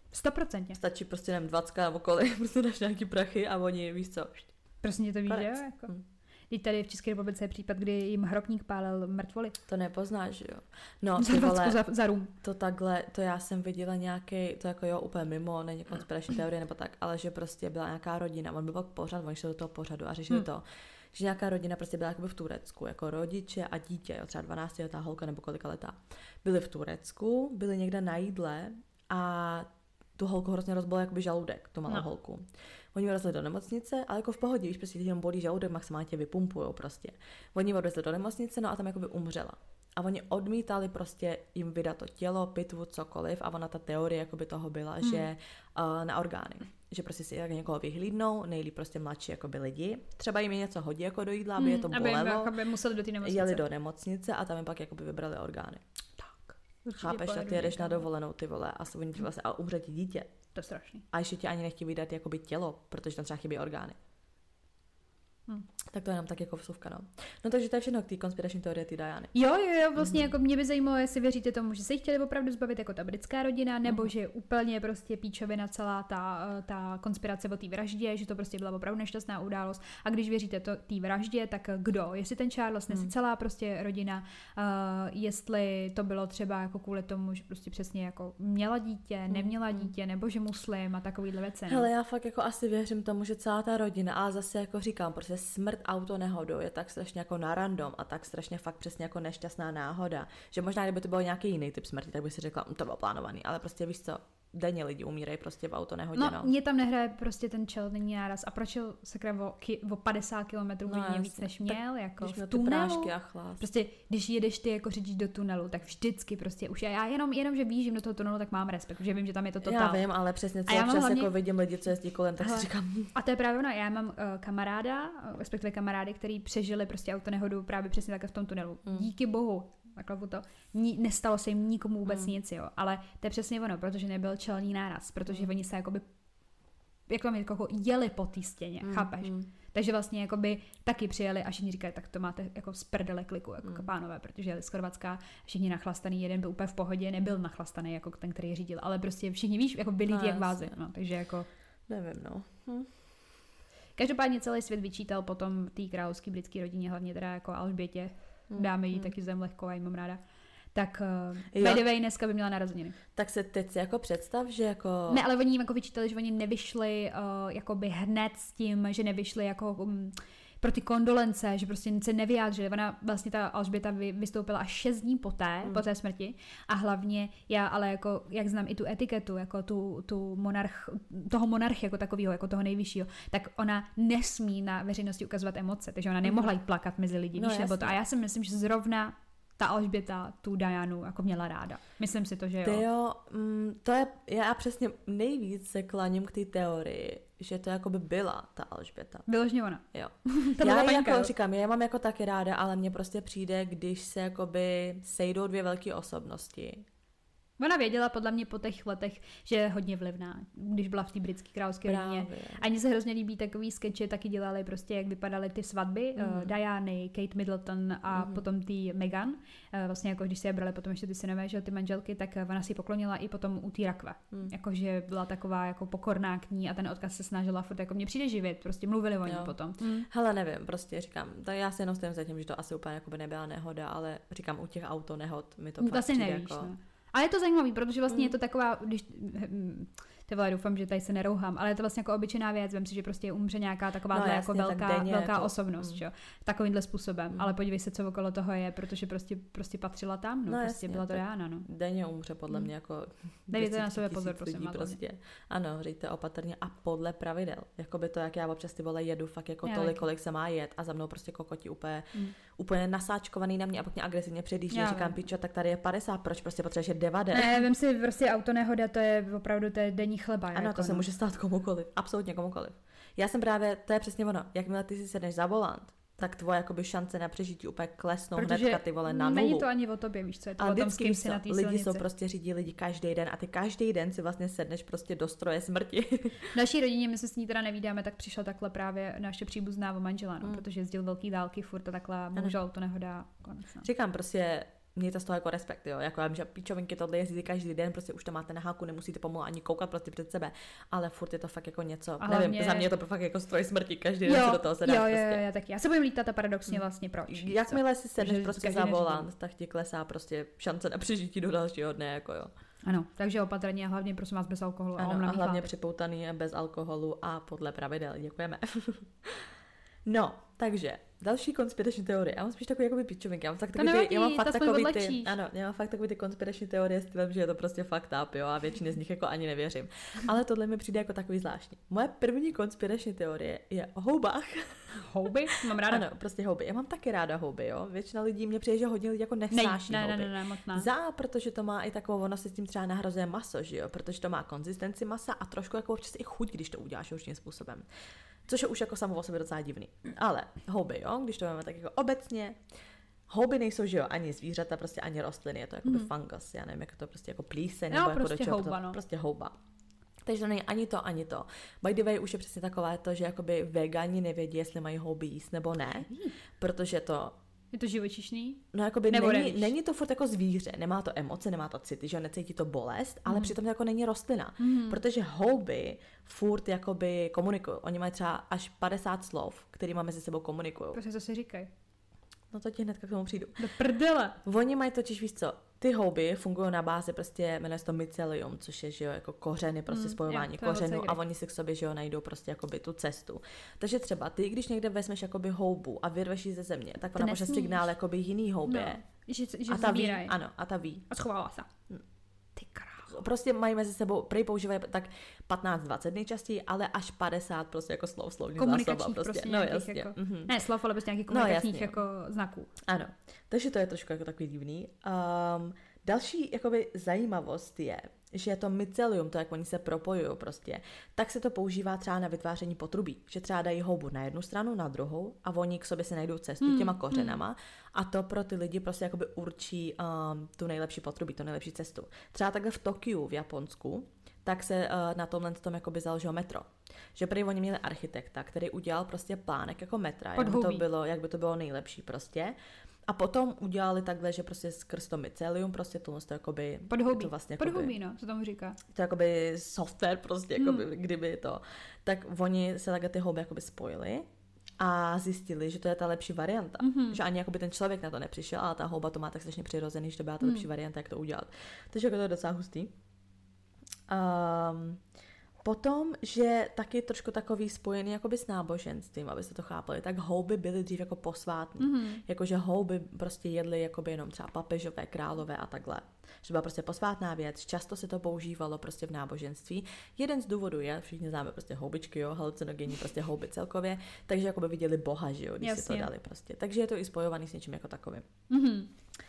Stoprocentně. Stačí prostě nevím, dvacka nebo kolik, prostě dáš nějaký prachy a oni, víš co. Prostě to víš, jo? Jako. Hmm. Teď tady v České republice je případ, kdy jim hrobník pálil mrtvoly. To nepoznáš, jo. No, za vole, za, za rum. To takhle, to já jsem viděla nějaký, to jako jo, úplně mimo, není konspirační teorie nebo tak, ale že prostě byla nějaká rodina, on byl pořad, oni šli do toho pořadu a řešili hmm. to, že nějaká rodina prostě byla jakoby v Turecku, jako rodiče a dítě, jo, třeba dvanáctiletá holka nebo kolika letá. Byli v Turecku, byli někde na jídle a tu holku hrozně rozbolel jakoby žaludek, tu malou no. holku. Oni vyrazili do nemocnice, ale jako v pohodě, víš, prostě jenom bolí žaludek, maximálně tě vypumpujou prostě. Oni odvezli do nemocnice, no a tam jakoby umřela. A oni odmítali prostě jim vydat to tělo, pitvu, cokoliv a ona ta teorie jakoby toho byla, hmm. že uh, na orgány. Že prostě si jak někoho vyhlídnou, nejlíp prostě mladší jakoby lidi. Třeba jim je něco hodí jako do jídla, aby hmm, je to bolelo. Aby jim museli do té nemocnice. Jeli do nemocnice a tam jim pak jakoby vybrali orgány. Tak. Chápeš, a ty jedeš na dovolenou, ty vole, a, vlastně, a umře ti dítě. To je strašný. A ještě ti ani nechtějí vydat jakoby tělo, protože tam třeba chybí orgány. Hmm. Tak to je nám tak jako vsuvka, no. No takže to je všechno k té konspirační teorie ty Diany. Jo, jo, jo, vlastně mm-hmm. jako mě by zajímalo, jestli věříte tomu, že se jich chtěli opravdu zbavit jako ta britská rodina, nebo mm-hmm. že úplně prostě píčovina celá ta, ta konspirace o té vraždě, že to prostě byla opravdu nešťastná událost. A když věříte to té vraždě, tak kdo? Jestli ten Charles, mm. celá prostě rodina, uh, jestli to bylo třeba jako kvůli tomu, že prostě přesně jako měla dítě, neměla dítě, nebo že muslim a takovýhle věci. No. Hele, já fakt jako asi věřím tomu, že celá ta rodina, ale zase jako říkám, prostě smrt autonehodou je tak strašně jako na random a tak strašně fakt přesně jako nešťastná náhoda, že možná kdyby to byl nějaký jiný typ smrti, tak by si řekla, to bylo plánovaný, ale prostě víš co, denně lidi umírají prostě v autonehodě, no. No, mě tam nehraje prostě ten čelný náraz a proč sakra o, ki, o padesát kilometrů no, hodně víc, než měl, tak, jako v tunelu. A chlás. Prostě, když jedeš ty jako řidič do tunelu, tak vždycky prostě už, já jenom, jenom že výjíždím do toho tunelu, tak mám respekt, že vím, že tam je to totál. Já vím, ale přesně co občas hlavně... jako vidím lidi, co jezdí kolem, tak hele, si říkám. A to je právě ono, já mám uh, kamaráda, respektive kamarády, který přežili prostě autonehodu právě přesně takhle v tom tunelu. Mm. Díky bohu. Takhle to. Ní, nestalo se jim nikomu vůbec hmm. nic, jo. Ale to je přesně ono, protože nebyl čelní náraz, protože hmm. oni se jakoby, jak vám jako jeli po té stěně, hmm. chápeš? Hmm. Takže vlastně jakoby taky přijeli a všichni říkají, tak to máte jako z prdele kliku, jako hmm. pánové, protože jeli z Chorvatska, všichni nachlastaný, jeden byl úplně v pohodě, nebyl nachlastaný jako ten, který řídil, ale prostě všichni, víš, jako byli no, jak vázy, no, takže jako... Nevím, no. Hm. Každopádně celý svět vyčítal potom té královské britské rodině, hlavně teda jako Alžbětě, dáme jí hmm. taky zem lehko a jí mám ráda. Tak uh, by the way, dneska by měla narozeniny. Tak se teď si jako představ, že jako... Ne, ale oni jim jako vyčítali, že oni nevyšli uh, jakoby hned s tím, že nevyšli jako um, pro ty kondolence, že prostě nic se nevyjádřili. Ona vlastně ta Alžběta vy, vystoupila až šest dní poté, hmm. po té smrti a hlavně já ale jako, jak znám i tu etiketu, jako tu, tu monarch, toho monarchy jako takového, jako toho nejvyššího, tak ona nesmí na veřejnosti ukazovat emoce, takže ona nemohla jít plakat mezi lidi, no, víš, nebo to. A já si myslím, že zrovna ta Alžběta tu Dianu jako měla ráda. Myslím si to, že jo. To jo, mm, to je, já přesně nejvíc se klaním k té teorii, že to jako by byla ta Alžběta. Vyložně ona. Jo. Já jako jo. říkám, já mám jako taky ráda, ale mně prostě přijde, když se jakoby sejdou dvě velké osobnosti. Ona věděla podle mě po těch letech, že je hodně vlivná, když byla v té britské královské rodině. A mně se hrozně líbí takový skeče, taky dělali prostě, jak vypadaly ty svatby mm. uh, Diany, Kate Middleton a mm. potom ty Meghan. Uh, vlastně jako když se je brali potom ještě ty synové, že ty manželky, tak ona si poklonila i potom u té rakve. Mm. Jakože byla taková jako pokorná k ní a ten odkaz se snažila furt jako mě přijde živit, prostě mluvili o ní potom. Mm. Hele, nevím, prostě říkám, tak já se jenom stojím za tím, že to asi úplně jako by nebyla nehoda, ale říkám, u těch auto nehod mi to no, vlastně nevíš, jako... no. Ale je to zajímavý, protože vlastně mm. je to taková, když, ty vole, doufám, že tady se nerouhám, ale je to vlastně jako obyčejná věc, vem si, že prostě umře nějaká taková no, jako velká, tak velká jako, osobnost, mm. jo, takovýmhle způsobem, mm. ale podívej se, co okolo toho je, protože prostě, prostě patřila tam, no, no prostě jasně, byla to Diana, no. Denně umře podle mě jako dejte na sebe pozor, prosím, prostě. Ano, říjte opatrně a podle pravidel, jako by to, jak já občas ty vole jedu, fakt jako já tolik, taky. Kolik se má jet a za mnou prostě kokoti úplně, mm. úplně nasáčkovaný na mě a pak mě agresivně předjíždí, říkám, pičo, tak tady je padesát, proč prostě potřebuješ devadesát? Ne, vem si prostě auto nehoda, to je opravdu to je denní chleba. Ano, jako, to se no. může stát komukoliv, absolutně komukoliv. Já jsem právě, to je přesně ono, jakmile ty si sedneš za volant, tak tvoje jakoby šance na přežití úplně klesnou hnedka ty vole na nulu. Není to ani o tobě, víš co, je to a o tom, s kým si na té silnici. Lidi jsou prostě řídí lidi každý den a ty každý den si vlastně sedneš prostě do stroje smrti. V naší rodině, my se s ní teda nevídáme, tak přišla takhle právě naše příbuzná o manžela, no, mm. protože jezdil velký dálky furt a takhle bohužel to nehodá konec. No. Říkám prostě, mějte z toho jako respekt, jo, jako já vím, že píčovinky tohle jezdí každý den, prostě už to máte na háku, nemusíte pomalu ani koukat prostě před sebe, ale furt je to fakt jako něco, hlavně... nevím, za mě je to fakt jako stroj smrti, každý den se do toho se dá jo, prostě. Jo, jo, taky. Já se bojím lítat a paradoxně vlastně proč. Jakmile si sedneš prostě za volant, tak ti klesá prostě šance na přežití do dalšího dne, jako jo. Ano, takže opatrně a hlavně prosím vás bez alkoholu. Ano, a, a hlavně připoutaný bez alkoholu a podle pravidel. Děkujeme. No, takže další konspirační teorie. Já mám spíš takový jakoby pičovinky. Já mám fakt takový, nevadí, ty, já mám fakt takový ty, odlečíš. ano, já mám fakt takový ty konspirační teorie s tím, že je to prostě fucked up, jo, a většině z nich jako ani nevěřím. Ale tohle mi přijde jako takový zvláštní. Moje první konspirační teorie je o houbách. Houby? Mám ráda. Ano, prostě houby. Já mám taky ráda houby, jo. Většina lidí mě přijde, že hodně lidí jako nesnáší ne, ne, houby. ne, ne, moc ne. Za, protože to má i takovou, ono se s tím třeba nahrazuje maso, že jo, protože to má konzistenci masa a trošku jako občas i chuť, když to uděláš určitým způsobem. Což je už jako samo o sobě docela divný. Ale houby, jo, když to máme tak jako obecně, houby nejsou, že jo, ani zvířata, prostě ani rostliny, je to jako mm. fungus, já nevím, jak to prostě jako plíseň, no, nebo jako prostě do čeho, houba, no. prostě houba. Takže to není ani to, ani to. By the way, už je přesně takové to, že jakoby vegani nevědí, jestli mají houby jíst nebo ne, protože to... Je to živočišný? No jakoby nebo není, není to furt jako zvíře, nemá to emoce, nemá to city, že necítí to bolest, ale mm. přitom to jako není rostlina, mm. protože houby furt jakoby komunikují. Oni mají třeba až padesát slov, kterými mezi sebou komunikují. Prostě co si říkají? No to ti hnedka k tomu přijdu. Do prdele. Oni mají totiž, víš co, ty houby fungují na bázi prostě, jmenuje se to mycelium, což je, že jo, jako kořeny, prostě mm, spojování jo, kořenů a oni si k sobě, že jo, najdou prostě jakoby tu cestu. Takže třeba ty, když někde vezmeš jakoby houbu a vyrveš ji ze země, tak ona může signál jakoby jiný houbě. No, že, že a ta ví, ano, a ta ví. A schovává se. Ty krávo. Prostě mají mezi sebou, prej používají tak patnáct dvacet nejčastěji, ale až padesát prostě jako slov, slovní zásoba. Prostě. prostě no jasně. Jako, mm-hmm. Ne slov, ale prostě nějakých komunikačních no, jako znaků. Ano, takže to je trošku jako takový divný. Um, další jakoby zajímavost je, že to mycelium, to jak oni se propojují prostě, tak se to používá třeba na vytváření potrubí. Že třeba dají houbu na jednu stranu, na druhou a oni k sobě si najdou cestu hmm. těma kořenama hmm. a to pro ty lidi prostě jakoby určí um, tu nejlepší potrubí, tu nejlepší cestu. Třeba takhle v Tokiu v Japonsku, tak se uh, na tomhle tom jakoby založilo metro. Že prý oni měli architekta, který udělal prostě plánek jako metra, jak by, to bylo, jak by to bylo nejlepší prostě. A potom udělali takhle, že prostě skrz to mycelium, prostě to to jakoby... Podhoubí, to vlastně jakoby, podhoubí, no, co tomu říká. To jakoby software prostě, jakoby, hmm. kdyby to... Tak oni se takhle ty houby jakoby spojili a zjistili, že to je ta lepší varianta. Mm-hmm. Že ani jakoby ten člověk na to nepřišel, ale ta houba to má tak strašně přirozený, že to byla ta mm. lepší varianta, jak to udělat. Takže jako to je docela hustý. Um, Potom, že taky trošku takový spojený jakoby s náboženstvím, abyste to chápali, tak houby byly dřív jako posvátný. Mm-hmm. Jakože houby prostě jedly jakoby jenom třeba papežové, králové a takhle. Že byla prostě posvátná věc, často se to používalo prostě v náboženství. Jeden z důvodů je, všichni známe prostě houbičky, jo, halucinogenní prostě houby celkově, takže jakoby viděli Boha, že jo, když Jasně. si to dali prostě. Takže je to i spojovaný s něčím jako takovým. Mm-hmm.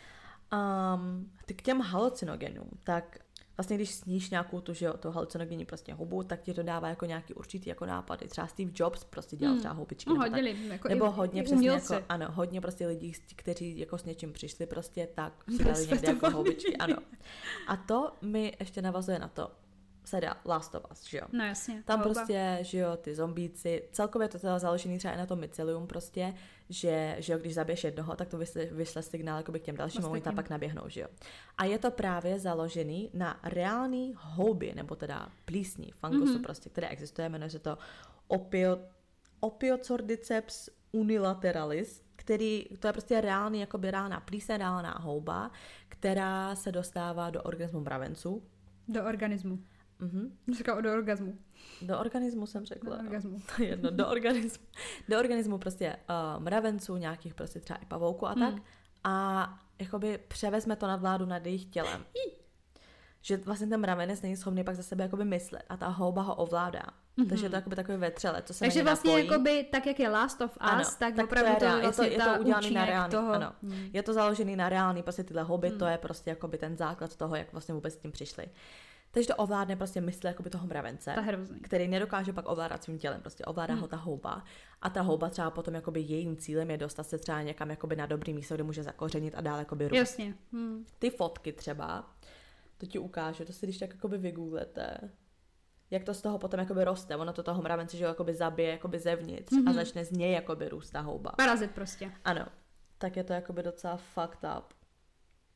Um, ty k těm halucinogenům, tak vlastně když sníš nějakou tu, že jo, to halucinogenní prostě houbu, tak ti to dává jako nějaký určitý jako nápady. Třeba Steve Jobs prostě dělal třeba houbičky. No, nebo, hodili, tak, jako nebo i, hodně i přesně umělci. jako, ano, hodně prostě lidí, kteří jako s něčím přišli prostě, tak si dali někde jako houbičky, ano. A to mi ještě navazuje na to, seriál Last of Us, že jo. No jasně. Tam houba. prostě, že jo, ty zombíci, celkově to je založený třeba i na tom mycelium prostě, že, že jo, když zabiješ jednoho, tak to vyšle, vyšle signál jakoby k těm dalším, oni tam pak naběhnou, že jo. A je to právě založený na reálný houbě, nebo teda plísni, fungusu mm-hmm. prostě, které existuje, jmenuje se to opio, Opiocordyceps unilateralis, který, to je prostě reálný, jakoby reálná plíseň, reálná houba, která se dostává do organismu mravenců. Do organismu. Mhm. Říkal do orgazmu. Do organismu jsem řekla. Do orgazmu. No. To je jedno, do organismu. Do organismu prostě uh, mravenců, nějakých prostě třeba i pavouků a tak. Hmm. A jakoby převezme to nadvládu nad jejich tělem. Že vlastně ten mravenec není schopný pak za sebe jakoby myslet a ta houba ho ovládá. Mm-hmm. Takže je to jakoby takový vetřelec, co se Takže vlastně napojí. jakoby, tak jak je Last of Us, ano, tak, tak opravdu to, je to, je to udělaný na reálný, toho. ano. Hmm. Je to založený na reálný, prostě tyhle houby, hmm. to je prostě jakoby ten základ toho, jak vlastně vůbec s tím přišli. Takže to ovládne prostě mysl jakoby toho mravence, který nedokáže pak ovládat svým tělem, prostě ovládá hmm. ho ta houba. A ta houba třeba potom jakoby jejím cílem je dostat se třeba někam jakoby na dobrý místo, kde může zakořenit a dál jakoby růst. Jasně. Hmm. Ty fotky třeba, to ti ukážu, to si když tak jakoby vygooglete, jak to z toho potom jakoby roste, ono to toho mravence, že ho jakoby zabije jakoby zevnitř mm-hmm. a začne z něj jakoby růst ta houba. Parazit prostě. Ano, tak je to jakoby docela fucked up.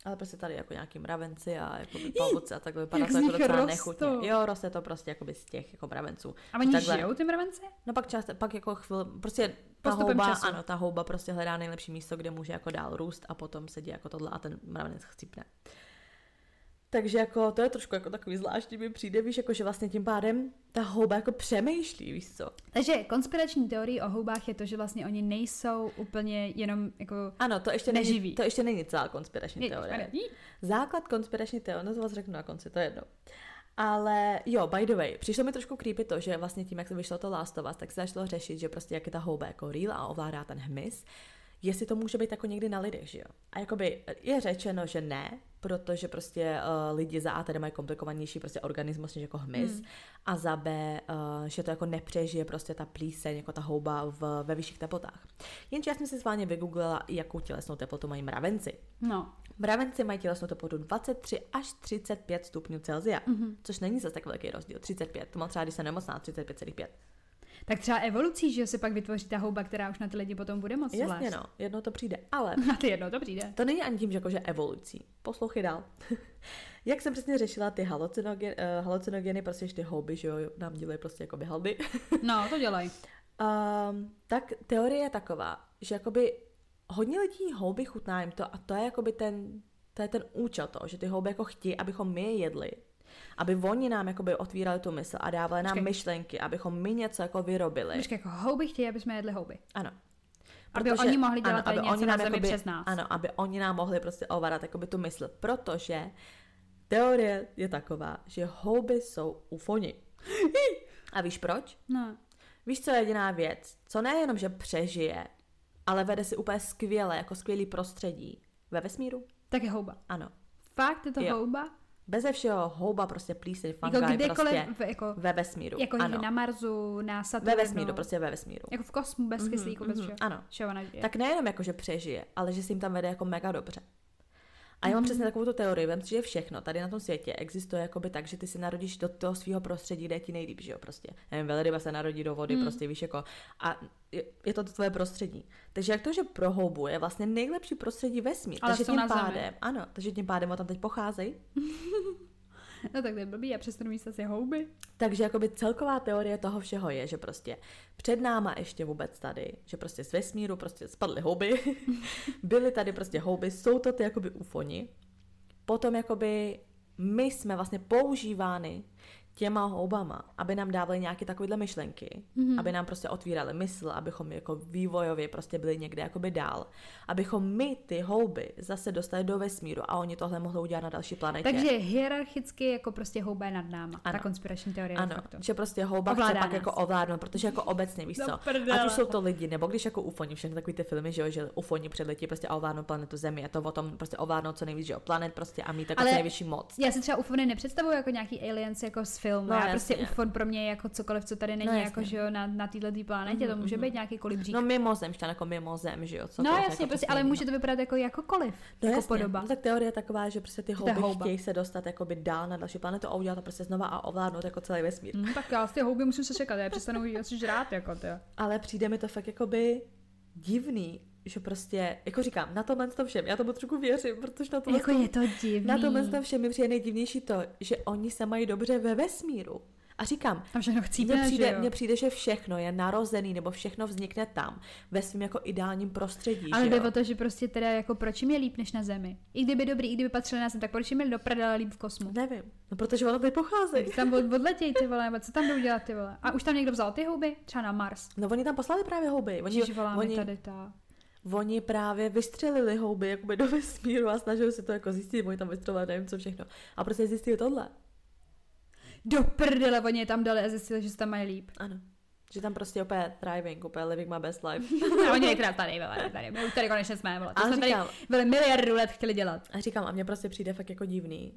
Ale prostě tady jako nějaký mravenci a jako pavouci a takhle vypadá to z jako nich docela rostou. nechutně. Jo, roste to prostě jakoby z těch jako mravenců. A oni Takhle- žijou ty mravenci? No pak část, pak jako chvíli, prostě ta Postupem houba, času. ano, ta houba prostě hledá nejlepší místo, kde může jako dál růst a potom se děje jako tohle a ten mravenec chcípne. Takže jako to je trošku jako takový zvláštní mi přijde, víš, jako že vlastně tím pádem ta houba jako přemýšlí, víš co? Takže konspirační teorie o houbách je to, že vlastně oni nejsou úplně jenom jako Ano, to ještě, neživí. není, to ještě není celá konspirační Je- teorie. je- Základ konspirační teorie, no to vás řeknu na konci, to je jedno. Ale jo, by the way, přišlo mi trošku creepy to, že vlastně tím, jak se vyšlo to Last of Us, tak se začalo řešit, že prostě jak je ta houba jako real a ovládá ten hmyz, jestli to může být jako někdy na lidech, že jo? A jakoby je řečeno, že ne, protože prostě uh, lidi za A tedy mají komplikovanější prostě organismus než jako hmyz Hmm. a za B, uh, že to jako nepřežije prostě ta plíseň, jako ta houba v, ve vyšších teplotách. Jenže já jsem si schválně vygooglila, jakou tělesnou teplotu mají mravenci. no. Mravenci mají tělesnou teplotu dvacet tři až třicet pět stupňů Celsia, Mhm. což není zase tak velký rozdíl. třicet pět, to mám třeba, když jsem nemocná, třicet pět celá pět. Tak třeba evolucí, že se pak vytvoří ta houba, která už na ty lidi potom bude moc Jasně no, jednou to přijde, ale Na ty jedno to přijde. to není ani tím, že jakože evolucí. Poslouchej dál. Jak jsem přesně řešila ty halucinogen, uh, halucinogeny, prostě ty houby, že jo, nám dělají prostě jakoby halby. No, to dělají. Um, tak teorie je taková, že jakoby hodně lidí houby chutná jim to a to je jakoby ten, to je ten účel toho, že ty houby jako chtějí, abychom my je jedli, aby oni nám jakoby otvírali tu mysl a dávali nám Počkej. myšlenky, abychom my něco jako vyrobili. Počkej, jako houby chtějí, aby jsme jedli houby. Ano. Aby oni mohli dělat tady aby něco oni na nám zemi jakoby, přes nás. Ano, aby oni nám mohli prostě ovládat jakoby tu mysl, protože teorie je taková, že houby jsou ufoni. A víš proč? No. Víš, co je jediná věc? Co nejenom, že přežije, ale vede si úplně skvěle, jako skvělý prostředí ve vesmíru? Tak je houba. Ano. Fakt je to Jo. houba? Beze všeho houba, prostě plíseň, Jako fungi, kdekoliv, prostě v, jako, ve vesmíru. jako ano. na Marsu, na Saturnu. Ve vesmíru, prostě ve vesmíru. Jako v kosmu, bez Mhm, kyslíku, bez mhm, všeho. ano. Všeho ona žije. Tak nejenom jako, že přežije, ale že si jim tam vede jako mega dobře. A já mám Mhm. přesně takovou tu teorii, vem si, že všechno tady na tom světě existuje jakoby tak, že ty si narodíš do toho svého prostředí, kde je ti nejlíp, že jo, prostě. Nevím, velryba se narodí do vody, Mm. prostě víš, jako, a je, je to tvoje prostředí. Takže jak to, že pro houbu je vlastně nejlepší prostředí vesmír, Ale takže jsou tím na Zemi. pádem, ano, takže tím pádem o tam teď pocházejí. No tak to je blbý, a přestanu míst asi houby. Takže jakoby celková teorie toho všeho je, že prostě před náma ještě vůbec tady, že prostě z vesmíru prostě spadly houby, byly tady prostě houby, jsou to ty jakoby ufoni, potom jakoby my jsme vlastně používány těma houbama, aby nám dávali nějaké takovéhle myšlenky, Mhm. aby nám prostě otvírali mysl, abychom jako vývojově prostě byli někde jakoby dál, abychom my ty houby zase dostali do vesmíru a oni tohle mohli udělat na další planetě. Takže hierarchicky jako prostě houba je nad náma. Ano. Ta konspirační teorie Ano, de facto. že prostě houba Ovládá chce pak nás. jako ovládnout, protože jako obecně, víš No co, prdele. ať už jsou to lidi, nebo když jako ufoni, všechny takový ty filmy, že jo, že ufoni předletí prostě a ovládnou planetu Zemi, a to o tom prostě ovládnout co nejvíc, že jo, planet prostě a mít jako Ale co nejvyšší moc. Já si třeba ufony nepředstavuju jako nějaký aliens jako z filmu. No, Já jasně. prostě ufon pro mě je jako cokoliv, co tady není, No, jako jasně. že jo, na, na této planetě, to Mhm, může mhm. být nějaký kolibřík. No mimozemšťan, jako mimozem, že jo, No cokoliv, jasně, jako prostě, to ale stejný, může no. to vypadat jako jakokoliv, No jako jasně, podoba. no tak teorie je taková, že prostě ty To je houby houba. chtějí se dostat jakoby dál na další planetu a udělat to prostě znova a ovládnout jako celý vesmír. Hm, tak já z ty houby musím se čekat, já přestanu jí asi žrát, jako to. Ale přijde mi to fakt jakoby divný, že prostě, jako říkám, na tomhle to všem, já tomu trošku věřím, protože na tomhle Jako je to divný. Na tomhle to všem mi přijde nejdivnější to, že oni se mají dobře ve vesmíru. A říkám, Tam všechno mně chcípne, že přijde, jo. mně přijde, že všechno je narozený, nebo všechno vznikne tam, ve svém jako ideálním prostředí, Ale že jde jo? o to, že prostě teda jako proč jim je líp než na Zemi? I kdyby dobrý, i kdyby patřili na Zem, tak proč jim je do prdele líp v kosmu? Nevím, no protože ono tady pocházejí. Tam od, odletěj ty vole, nebo co tam jdou dělat ty vole? A už tam někdo vzal ty houby? Třeba na Mars. No oni tam poslali právě houby. Oni, Ježiš, volá mi oni, tady ta. oni právě vystřelili houby jakoby do vesmíru a snažili se to jako zjistit, oni tam vystřelili nevím co všechno. A prostě zjistili tohle. Do prdele, oni je tam dali a zjistili, že se tam mají líp. Ano. Že tam prostě opět thriving, opět living my best life. A oni nejkrát tady, vole, tady, my už tady konečně jsme, vole. To Ale jsme tady říkám, byli miliardu let chtěli dělat. a říkám, a mně prostě přijde fakt jako divný,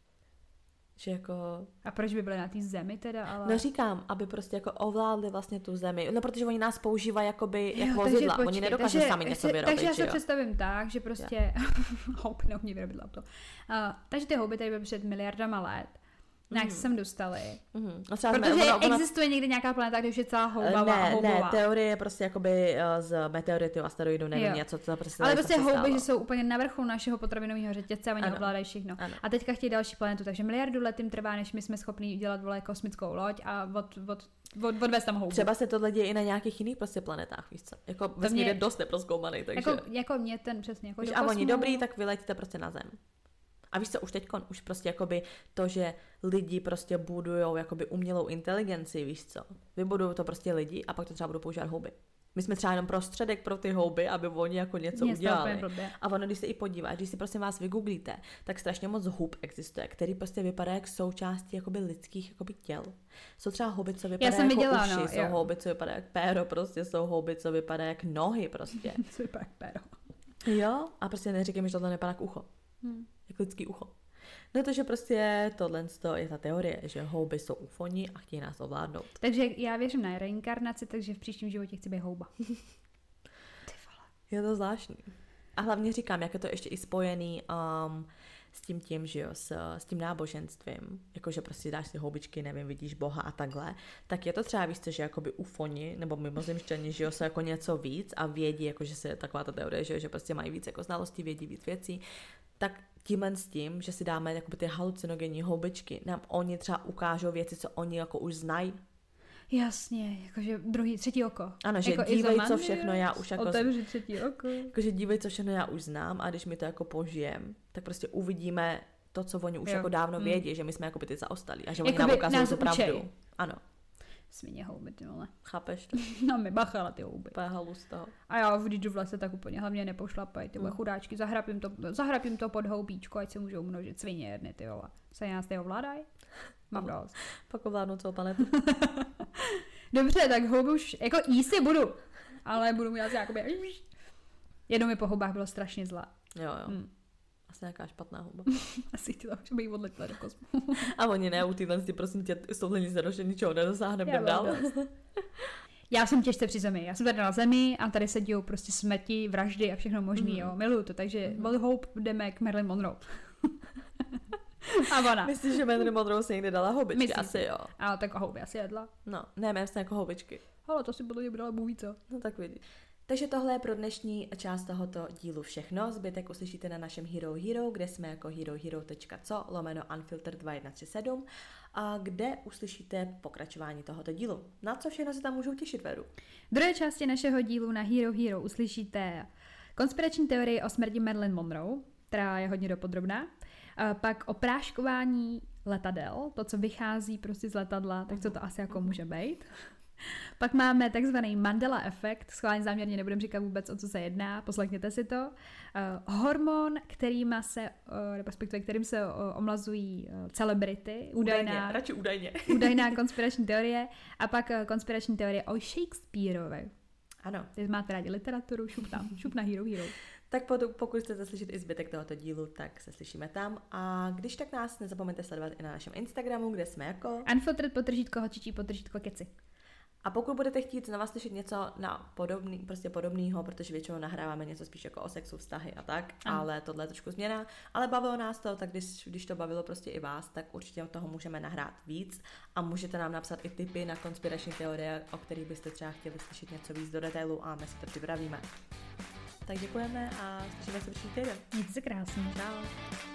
že jako... A proč by byli na té Zemi teda, ale... No říkám, aby prostě jako ovládli vlastně tu Zemi. No protože oni nás používají jakoby jak Jo, vozidla. takže Oni počkej, nedokážou takže sami něco chci- vyrobit, Takže já že se jo? představím tak, že prostě houby neumí vyrobit auto. Uh, takže ty houby tady byly před miliardama let. na jak se sem dostali. Mm. No protože ona, ona... existuje někdy nějaká planeta, kde už je celá houbavá ne, a houbová. Ne, teorie je prostě jakoby z meteoritu, asteroidu, nevím, něco, co prostě ale prostě houby, že jsou úplně na vrcholu našeho potravinového řetězce a oni ano. ovládají všechno. Ano. A teďka chtějí další planetu, takže miliardu let jim trvá, než my jsme schopni udělat vole kosmickou loď a od, od, od, odvést tam houbu. Třeba se tohle děje i na nějakých jiných prostě planetách, víš co? Jako vesmír je dost neprozkoumaný, takže... Jako, jako mě ten přesně, jako víš, do a kosmu... oni dobrý, tak vyletíte prostě na Zem. A víš co, už teďkon, už prostě jakoby to, že lidi prostě budujou jakoby umělou inteligenci, víš co? Vybudují to prostě lidi a pak to třeba budou používat houby. My jsme třeba jenom prostředek pro ty houby, aby oni jako něco Mě udělali. A ono, když se i podíváš, když si prosím vás vygooglíte, tak strašně moc hub existuje, který prostě vypadá jak součástí jakoby lidských jakoby těl. Jsou třeba houby, co vypadá jako viděla, uši, no, jsou jo. houby, co vypadá jak péro, prostě jsou houby, co vypadá jak nohy prostě. Co vypadá jak péro. Jo, a prostě neříkám, že tohle nevypadá jak ucho. Hmm. Jak lidský ucho. No to, že prostě tohle je ta teorie, že houby jsou ufoni a chtějí nás ovládnout. Takže já věřím na reinkarnaci, takže v příštím životě chci být houba. Ty vole. Je to zvláštní. A hlavně říkám, jak je to ještě i spojený um, s tím tím, že jo, s, s tím náboženstvím, jakože prostě dáš si houbičky, nevím, vidíš Boha a takhle, tak je to třeba, víš co, že jakoby ufoni, nebo mimozemšťani, že jo, jsou jako něco víc a vědí, jakože se taková ta teorie, že, jo, že prostě mají víc jako znalostí, vědí víc věcí, tak tímhle s tím, že si dáme jakoby ty halucinogenní houbičky, nám oni třeba ukážou věci, co oni jako už znají. Jasně, jakože druhý, třetí oko. Ano, že jako dívej, co všechno já už jako... Otevři třetí oko. Jakože dívej, co všechno já už znám a když mi to jako požijem, tak prostě uvidíme to, co oni už jo. jako dávno hmm. vědí, že my jsme jako by ty zaostali a že jakoby oni nám ukazují tu učej. pravdu. Ano. Svině houby, ty vole. Chápeš to? No mi bacha na ty houby. Páhalu z toho. A já, když jdu v lese, tak úplně hlavně nepošlapaj, ty vole mm. chudáčky, zahrapím to, zahrapím to pod houbíčko, ať se můžou množit svině jedny, ty vole. Se nás ty ovládaj? Mám dost. Pak ovládnu celou planetu. Dobře, tak houby už, jako jíst budu, ale budu mít asi jakoby... Jednou mi po houbách bylo strašně zlá. Jo, jo. Hmm. Asi nějaká špatná houba. Asi chtěla, že by jí odletla do kosmu. A oni ne, u týhle si prosím tě, s touhle nic nedošli, ničeho nedosáhneme dál. Já jsem těžce při zemi. Já jsem tady na zemi a tady se dějou prostě smrti, vraždy a všechno možný, mm. jo. Miluju to, takže mm. Molly Hope jdeme k Marilyn Monroe. A ona. Myslíš, že Marilyn Monroe si někdy dala houbičky? Myslíš? Asi jo. A tak houby asi jedla. No, ne, myslím jako houbičky. Ale to si podle mě dala bůh co. No tak vidíš. Takže tohle je pro dnešní část tohoto dílu všechno. Zbytek uslyšíte na našem Hero Hero, kde jsme jako herohero.co lomeno unfiltered dva jedna tři sedm a kde uslyšíte pokračování tohoto dílu. Na co všechno se tam můžou těšit, Veru? V druhé části našeho dílu na Hero Hero uslyšíte konspirační teorii o smrti Marilyn Monroe, která je hodně dopodrobná. A pak o práškování letadel, to, co vychází prostě z letadla, tak co to asi jako může být. Pak máme takzvaný Mandela efekt, schválně záměrně nebudem říkat vůbec, o co se jedná, poslechněte si to. Uh, hormon, kterýma se, uh, respektive kterým se uh, omlazují uh, celebrity, údajná, údajně, radši údajně. údajná konspirační teorie a pak uh, konspirační teorie o Shakespeareovi. Ano. Když máte rádi literaturu, šup tam, šup na Hero Hero. Tak pokud chcete slyšet i zbytek tohoto dílu, tak se slyšíme tam. A když tak nás nezapomeňte sledovat i na našem Instagramu, kde jsme jako Unfiltered potržítko hočičí potržítko keci. A pokud budete chtít znova slyšet něco na podobný, prostě podobného, protože většinou nahráváme něco spíš jako o sexu, vztahy a tak, ano. Ale tohle je trošku změna, ale bavilo nás to, tak když, když to bavilo prostě i vás, tak určitě od toho můžeme nahrát víc a můžete nám napsat i tipy na konspirační teorie, o kterých byste třeba chtěli slyšet něco víc do detailu a my si to připravíme. Tak děkujeme a slyšíme se příští týden. Mějte se krásně. Čau.